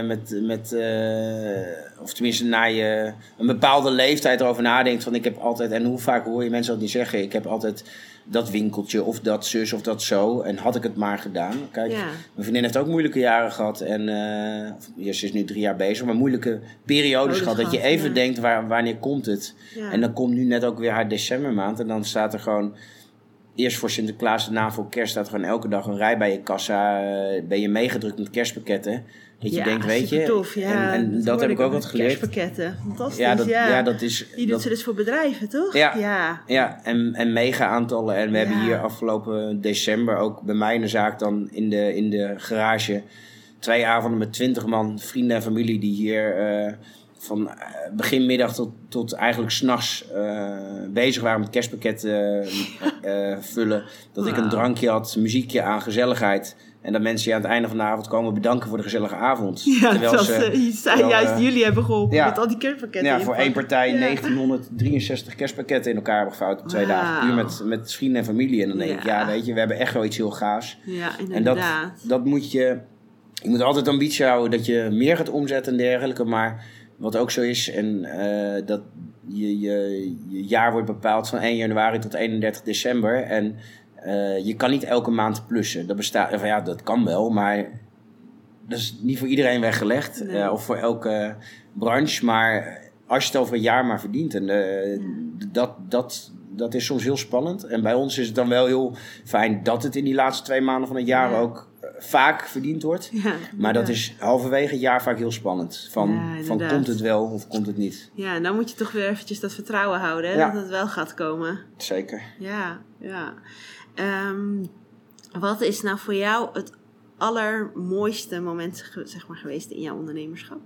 of tenminste na je een bepaalde leeftijd erover nadenkt van ik heb altijd, en hoe vaak hoor je mensen dat niet zeggen, ik heb altijd dat winkeltje of dat zus of dat zo en had ik het maar gedaan. Kijk, mijn vriendin heeft ook moeilijke jaren gehad en ze is nu 3 jaar bezig, maar moeilijke periodes gehad. Dat je even denkt wanneer komt het? Ja. En dan komt nu net ook weer haar decembermaand en dan staat er gewoon eerst voor Sinterklaas, daarna voor kerst staat gewoon elke dag een rij bij je kassa. Ben je meegedrukt met kerstpakketten. Dat je denkt, weet je... Tof, ja. En dat heb ik ook wat geleerd. Kerstpakketten, fantastisch. Dat is... Die doet ze dus voor bedrijven, toch? Ja, en mega aantallen. En we hebben hier afgelopen december ook bij mij in de zaak dan in de garage 2 avonden met 20 man, vrienden en familie die hier van begin middag tot eigenlijk 's nachts bezig waren met kerstpakketten vullen. Dat ik een drankje had, muziekje aan, gezelligheid. En dat mensen je aan het einde van de avond komen bedanken voor de gezellige avond. Ja, terwijl jullie hebben geholpen met al die kerstpakketten. Ja, voor één partij 1963 kerstpakketten in elkaar hebben gevouwd in 2 dagen. Puur met vrienden en familie. En dan denk ik, weet je, we hebben echt wel iets heel gaafs. Ja, inderdaad. En dat moet je moet altijd ambitie houden dat je meer gaat omzetten en dergelijke. Maar wat ook zo is, en dat je jaar wordt bepaald van 1 januari tot 31 december. En je kan niet elke maand plussen. Dat kan wel, maar dat is niet voor iedereen weggelegd. Nee. Of voor elke branche. Maar als je het over een jaar maar verdient. En dat is soms heel spannend. En bij ons is het dan wel heel fijn dat het in die laatste 2 maanden van het jaar ook vaak verdiend wordt. Ja, maar dat is halverwege het jaar vaak heel spannend. Van komt het wel of komt het niet? Ja, en dan moet je toch weer eventjes dat vertrouwen houden. Hè, dat het wel gaat komen. Zeker. Ja. Wat is nou voor jou het allermooiste moment geweest in jouw ondernemerschap?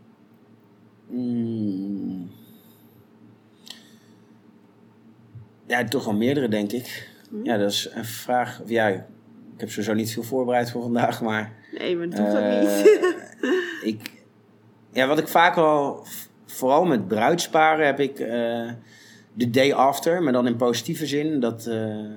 Ja, toch wel meerdere, denk ik. Ja, dat is een vraag. Ja, ik heb sowieso niet veel voorbereid voor vandaag, maar... Nee, maar dat doet ook niet. Wat ik vaak wel... Vooral met bruidsparen heb ik de day after, maar dan in positieve zin. Dat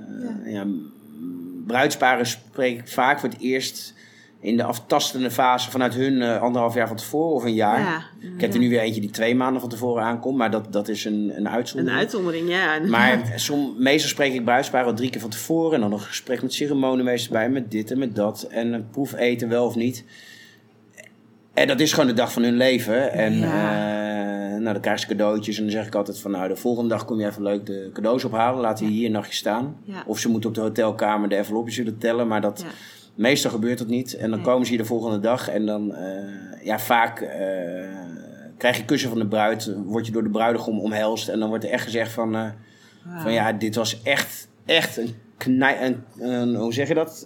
bruidsparen spreek ik vaak voor het eerst in de aftastende fase vanuit hun 1,5 jaar van tevoren of een jaar. Ja, ik heb er nu weer eentje die 2 maanden van tevoren aankomt, maar dat is een uitzondering. Een uitzondering, ja. Maar meestal spreek ik bruidsparen al 3 keer van tevoren en dan nog een gesprek met ceremoniemeester bij, met dit en met dat. En een proef eten wel of niet. En dat is gewoon de dag van hun leven. En dan krijg je cadeautjes. En dan zeg ik altijd van, de volgende dag kom je even leuk de cadeaus ophalen. Laten we hier een nachtje staan. Ja. Of ze moeten op de hotelkamer de envelopjes zullen tellen. Maar meestal gebeurt dat niet. En dan komen ze hier de volgende dag. En dan, vaak krijg je kussen van de bruid. Word je door de bruidegom omhelst. En dan wordt er echt gezegd van dit was echt een hoe zeg je dat?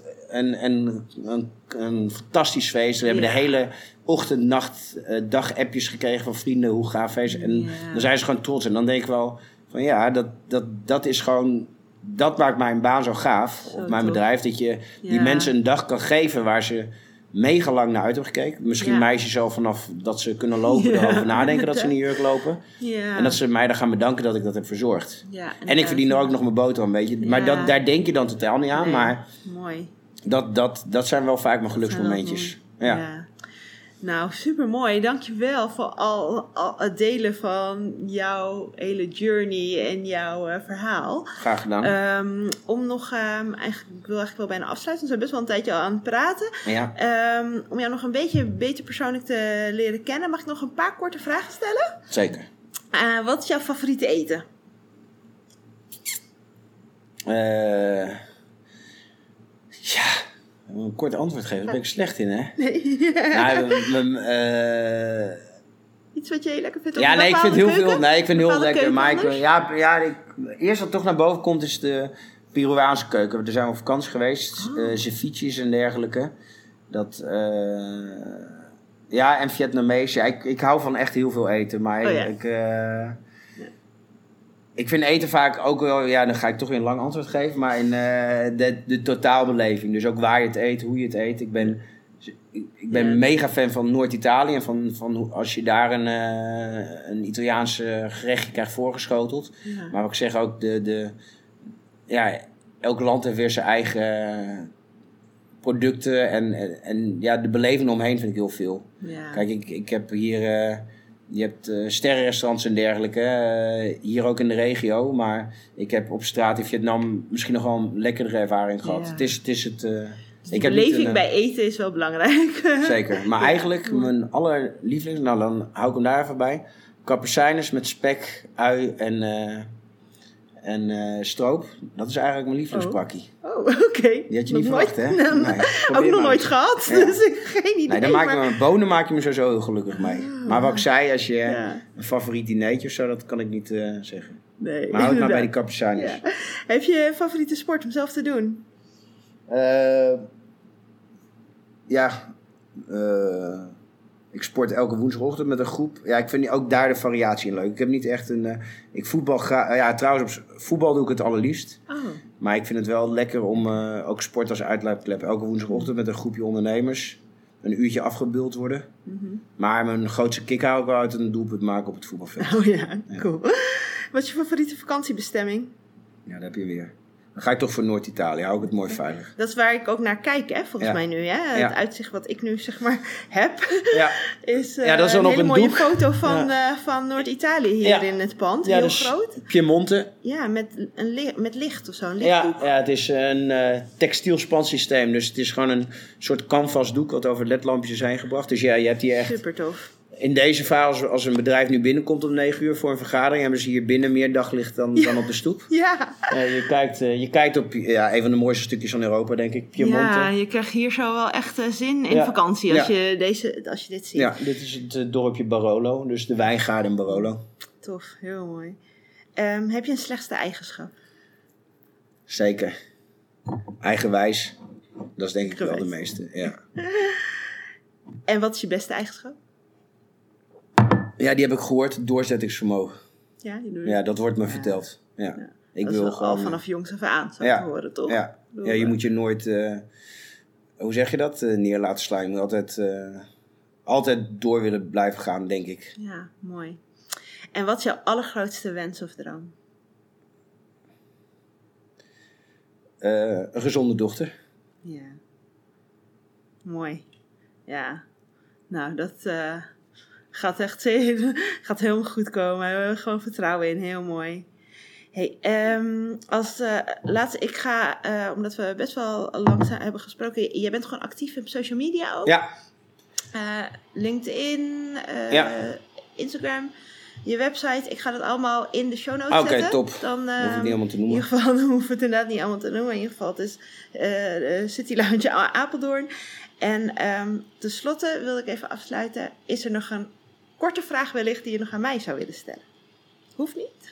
Een fantastisch feest. We hebben de hele ochtend, nacht, dag appjes gekregen van vrienden. Hoe gaaf feest. En dan zijn ze gewoon trots. En dan denk ik wel van dat is gewoon... Dat maakt mijn baan zo gaaf. Op mijn bedrijf. Dat je die mensen een dag kan geven waar ze mega lang naar uit hebben gekeken. Misschien meisjes al vanaf dat ze kunnen lopen. Erover nadenken dat ze in een jurk lopen. Ja. En dat ze mij dan gaan bedanken dat ik dat heb verzorgd. Ja, en ik verdien er ook nog mijn boterham, weet je. Maar daar denk je dan totaal niet aan. Nee, maar mooi. Dat zijn wel vaak mijn geluksmomentjes. Ja. Nou, super mooi. Dankjewel voor al het delen van jouw hele journey en jouw verhaal. Graag gedaan. Om nog, ik wil eigenlijk wel bijna afsluiten, want we zijn best wel een tijdje al aan het praten. Ja. Om jou nog een beetje beter persoonlijk te leren kennen, mag ik nog een paar korte vragen stellen? Zeker. Wat is jouw favoriete eten? Een kort antwoord geven, daar ben ik slecht in, hè? Nee. Iets wat je heel lekker vindt? Ik vind heel veel. Nee, ik vind heel lekker. Maar eerst wat toch naar boven komt is de Peruaanse keuken. Daar zijn we op vakantie geweest. Ceviches en dergelijke. En Vietnamees. Ja, ik hou van echt heel veel eten. Maar ik vind eten vaak ook wel... Ja, dan ga ik toch weer een lang antwoord geven. Maar in de totaalbeleving. Dus ook waar je het eet, hoe je het eet. Ik ben mega fan van Noord-Italië. En van als je daar een Italiaanse gerechtje krijgt voorgeschoteld. Ja. Maar wat ik zeg ook... elk land heeft weer zijn eigen producten. En de beleving omheen vind ik heel veel. Ja. Kijk, ik heb hier... Je hebt sterrenrestaurants en dergelijke, hier ook in de regio. Maar ik heb op straat in Vietnam misschien nog wel een lekkerdere ervaring gehad. Ja. Het is het... de beleving bij eten is wel belangrijk. Zeker. Maar eigenlijk mijn allerlievelings... Nou, dan hou ik hem daar even bij. Kapucijnes met spek, ui En stroop, dat is eigenlijk mijn lievelingsbakkie. Oh, oké. Die had je Nog niet nooit- verwacht, hè? Nee, Ook probeer nog maar nooit eens. gehad, Ja. dus ik heb geen idee. Nee, dan maak je maar- met bonen maak je me sowieso heel gelukkig mee. Maar wat ik zei, als je Ja. een favoriet dinertje of zo, dat kan ik niet zeggen. Nee, Maar houd maar bij die inderdaad. cappuccinos. Ja. Heb je een favoriete sport om zelf te doen? Ik sport elke woensdagochtend met een groep. Ja, ik vind ook daar de variatie in leuk. Ik heb niet echt een... ik voetbal graag... ja, trouwens, op voetbal doe ik het allerliefst. Oh, Maar ik vind het wel lekker om ook sport als uitlaatklep. Elke woensdagochtend met een groepje ondernemers. Een uurtje afgebeuld worden. Maar mijn grootste kick hou ik wel uit een doelpunt maken op het voetbalveld. oh ja, cool. Wat is je favoriete vakantiebestemming? Ja, daar heb je weer. Dan ga ik toch voor Noord-Italië. Hou ik het mooi veilig. Dat is waar ik ook naar kijk, hè, volgens Ja. mij nu. Hè? Ja. Het uitzicht wat ik nu zeg maar heb, Ja, is Ja, dat is dan een op hele een mooie doek. foto van Noord-Italië hier Ja. in het pand. ja Heel dus groot. Piemonte. Ja, met licht of zo, een lichtdoek. Ja, het is een textiel spansysteem. Dus het is gewoon een soort canvasdoek wat over ledlampjes is heen gebracht. Dus ja, je hebt hier echt... Super tof. In deze fase, als een bedrijf nu binnenkomt om 9 uur voor een vergadering, hebben ze hier binnen meer daglicht dan op de stoep. Ja. Je kijkt op een van de mooiste stukjes van Europa, denk ik. Piemonte. Ja, je krijgt hier zo wel echt zin in Ja. vakantie als, Ja. als je dit ziet. Ja, dit is het dorpje Barolo, dus de wijngaarden in Barolo. Tof, heel mooi. Heb je een slechtste eigenschap? Zeker. Eigenwijs. Dat is denk ik wel de Eigenwijs. meeste. Ja. En wat is je beste eigenschap? Ja, die heb ik gehoord. Doorzettingsvermogen. Ja, die doe je. Ja, dat wordt me verteld. Ja. Ik dat is wil wel gewoon... al vanaf jongs af aan, zo Ja. te horen, toch? Ja. Ik bedoel, Ja, je moet je nooit... hoe zeg je dat? Neer laten slaan. Je moet altijd door willen blijven gaan, denk ik. Ja, mooi. En wat is jouw allergrootste wens of droom? Een gezonde dochter. Ja. Mooi. Ja. Nou, dat gaat echt gaat helemaal goed komen. We hebben gewoon vertrouwen in. Heel mooi. Hey, als laatste, ik ga, omdat we best wel lang hebben gesproken. Jij bent gewoon actief op social media ook? Ja. LinkedIn, Ja. Instagram, je website. Ik ga dat allemaal in de show notes Oké, zetten. top. Dan Hoef ik niet allemaal te in noemen. ieder geval dan hoeven we het inderdaad niet allemaal te noemen. In ieder geval, het is City Lounge Apeldoorn. En tenslotte wil ik even afsluiten. Is er nog een korte vraag wellicht die je nog aan mij zou willen stellen? Hoeft niet.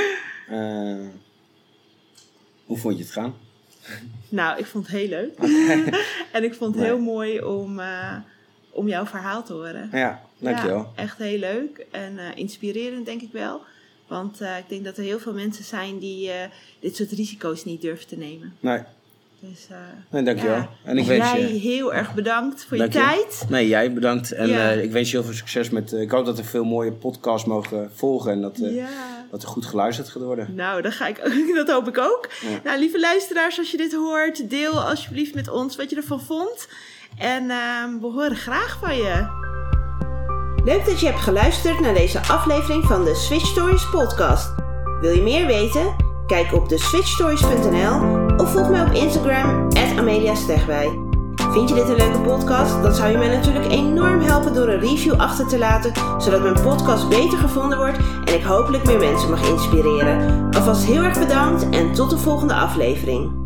Hoe vond je het gaan? Nou, ik vond het heel leuk. En ik vond het heel mooi om jouw verhaal te horen. Ja, dankjewel. Ja, echt heel leuk en inspirerend denk ik wel. Want ik denk dat er heel veel mensen zijn die dit soort risico's niet durven te nemen. Nee, Dus, dankjewel. ja. En ik wens jij je... heel erg bedankt voor Dank je je. tijd. Nee, jij bedankt. En Ja. ik wens je heel veel succes met... ik hoop dat er veel mooie podcasts mogen volgen. En dat er goed geluisterd gaat worden. Nou, dat hoop ik ook. Ja. Nou, lieve luisteraars, als je dit hoort, deel alsjeblieft met ons wat je ervan vond. En we horen graag van je. Leuk dat je hebt geluisterd naar deze aflevering van de Switch Stories podcast. Wil je meer weten? Kijk op theswitchstories.nl of volg mij op Instagram @AmeliaStegwij. Vind je dit een leuke podcast? Dan zou je mij natuurlijk enorm helpen door een review achter te laten, zodat mijn podcast beter gevonden wordt en ik hopelijk meer mensen mag inspireren. Alvast heel erg bedankt en tot de volgende aflevering.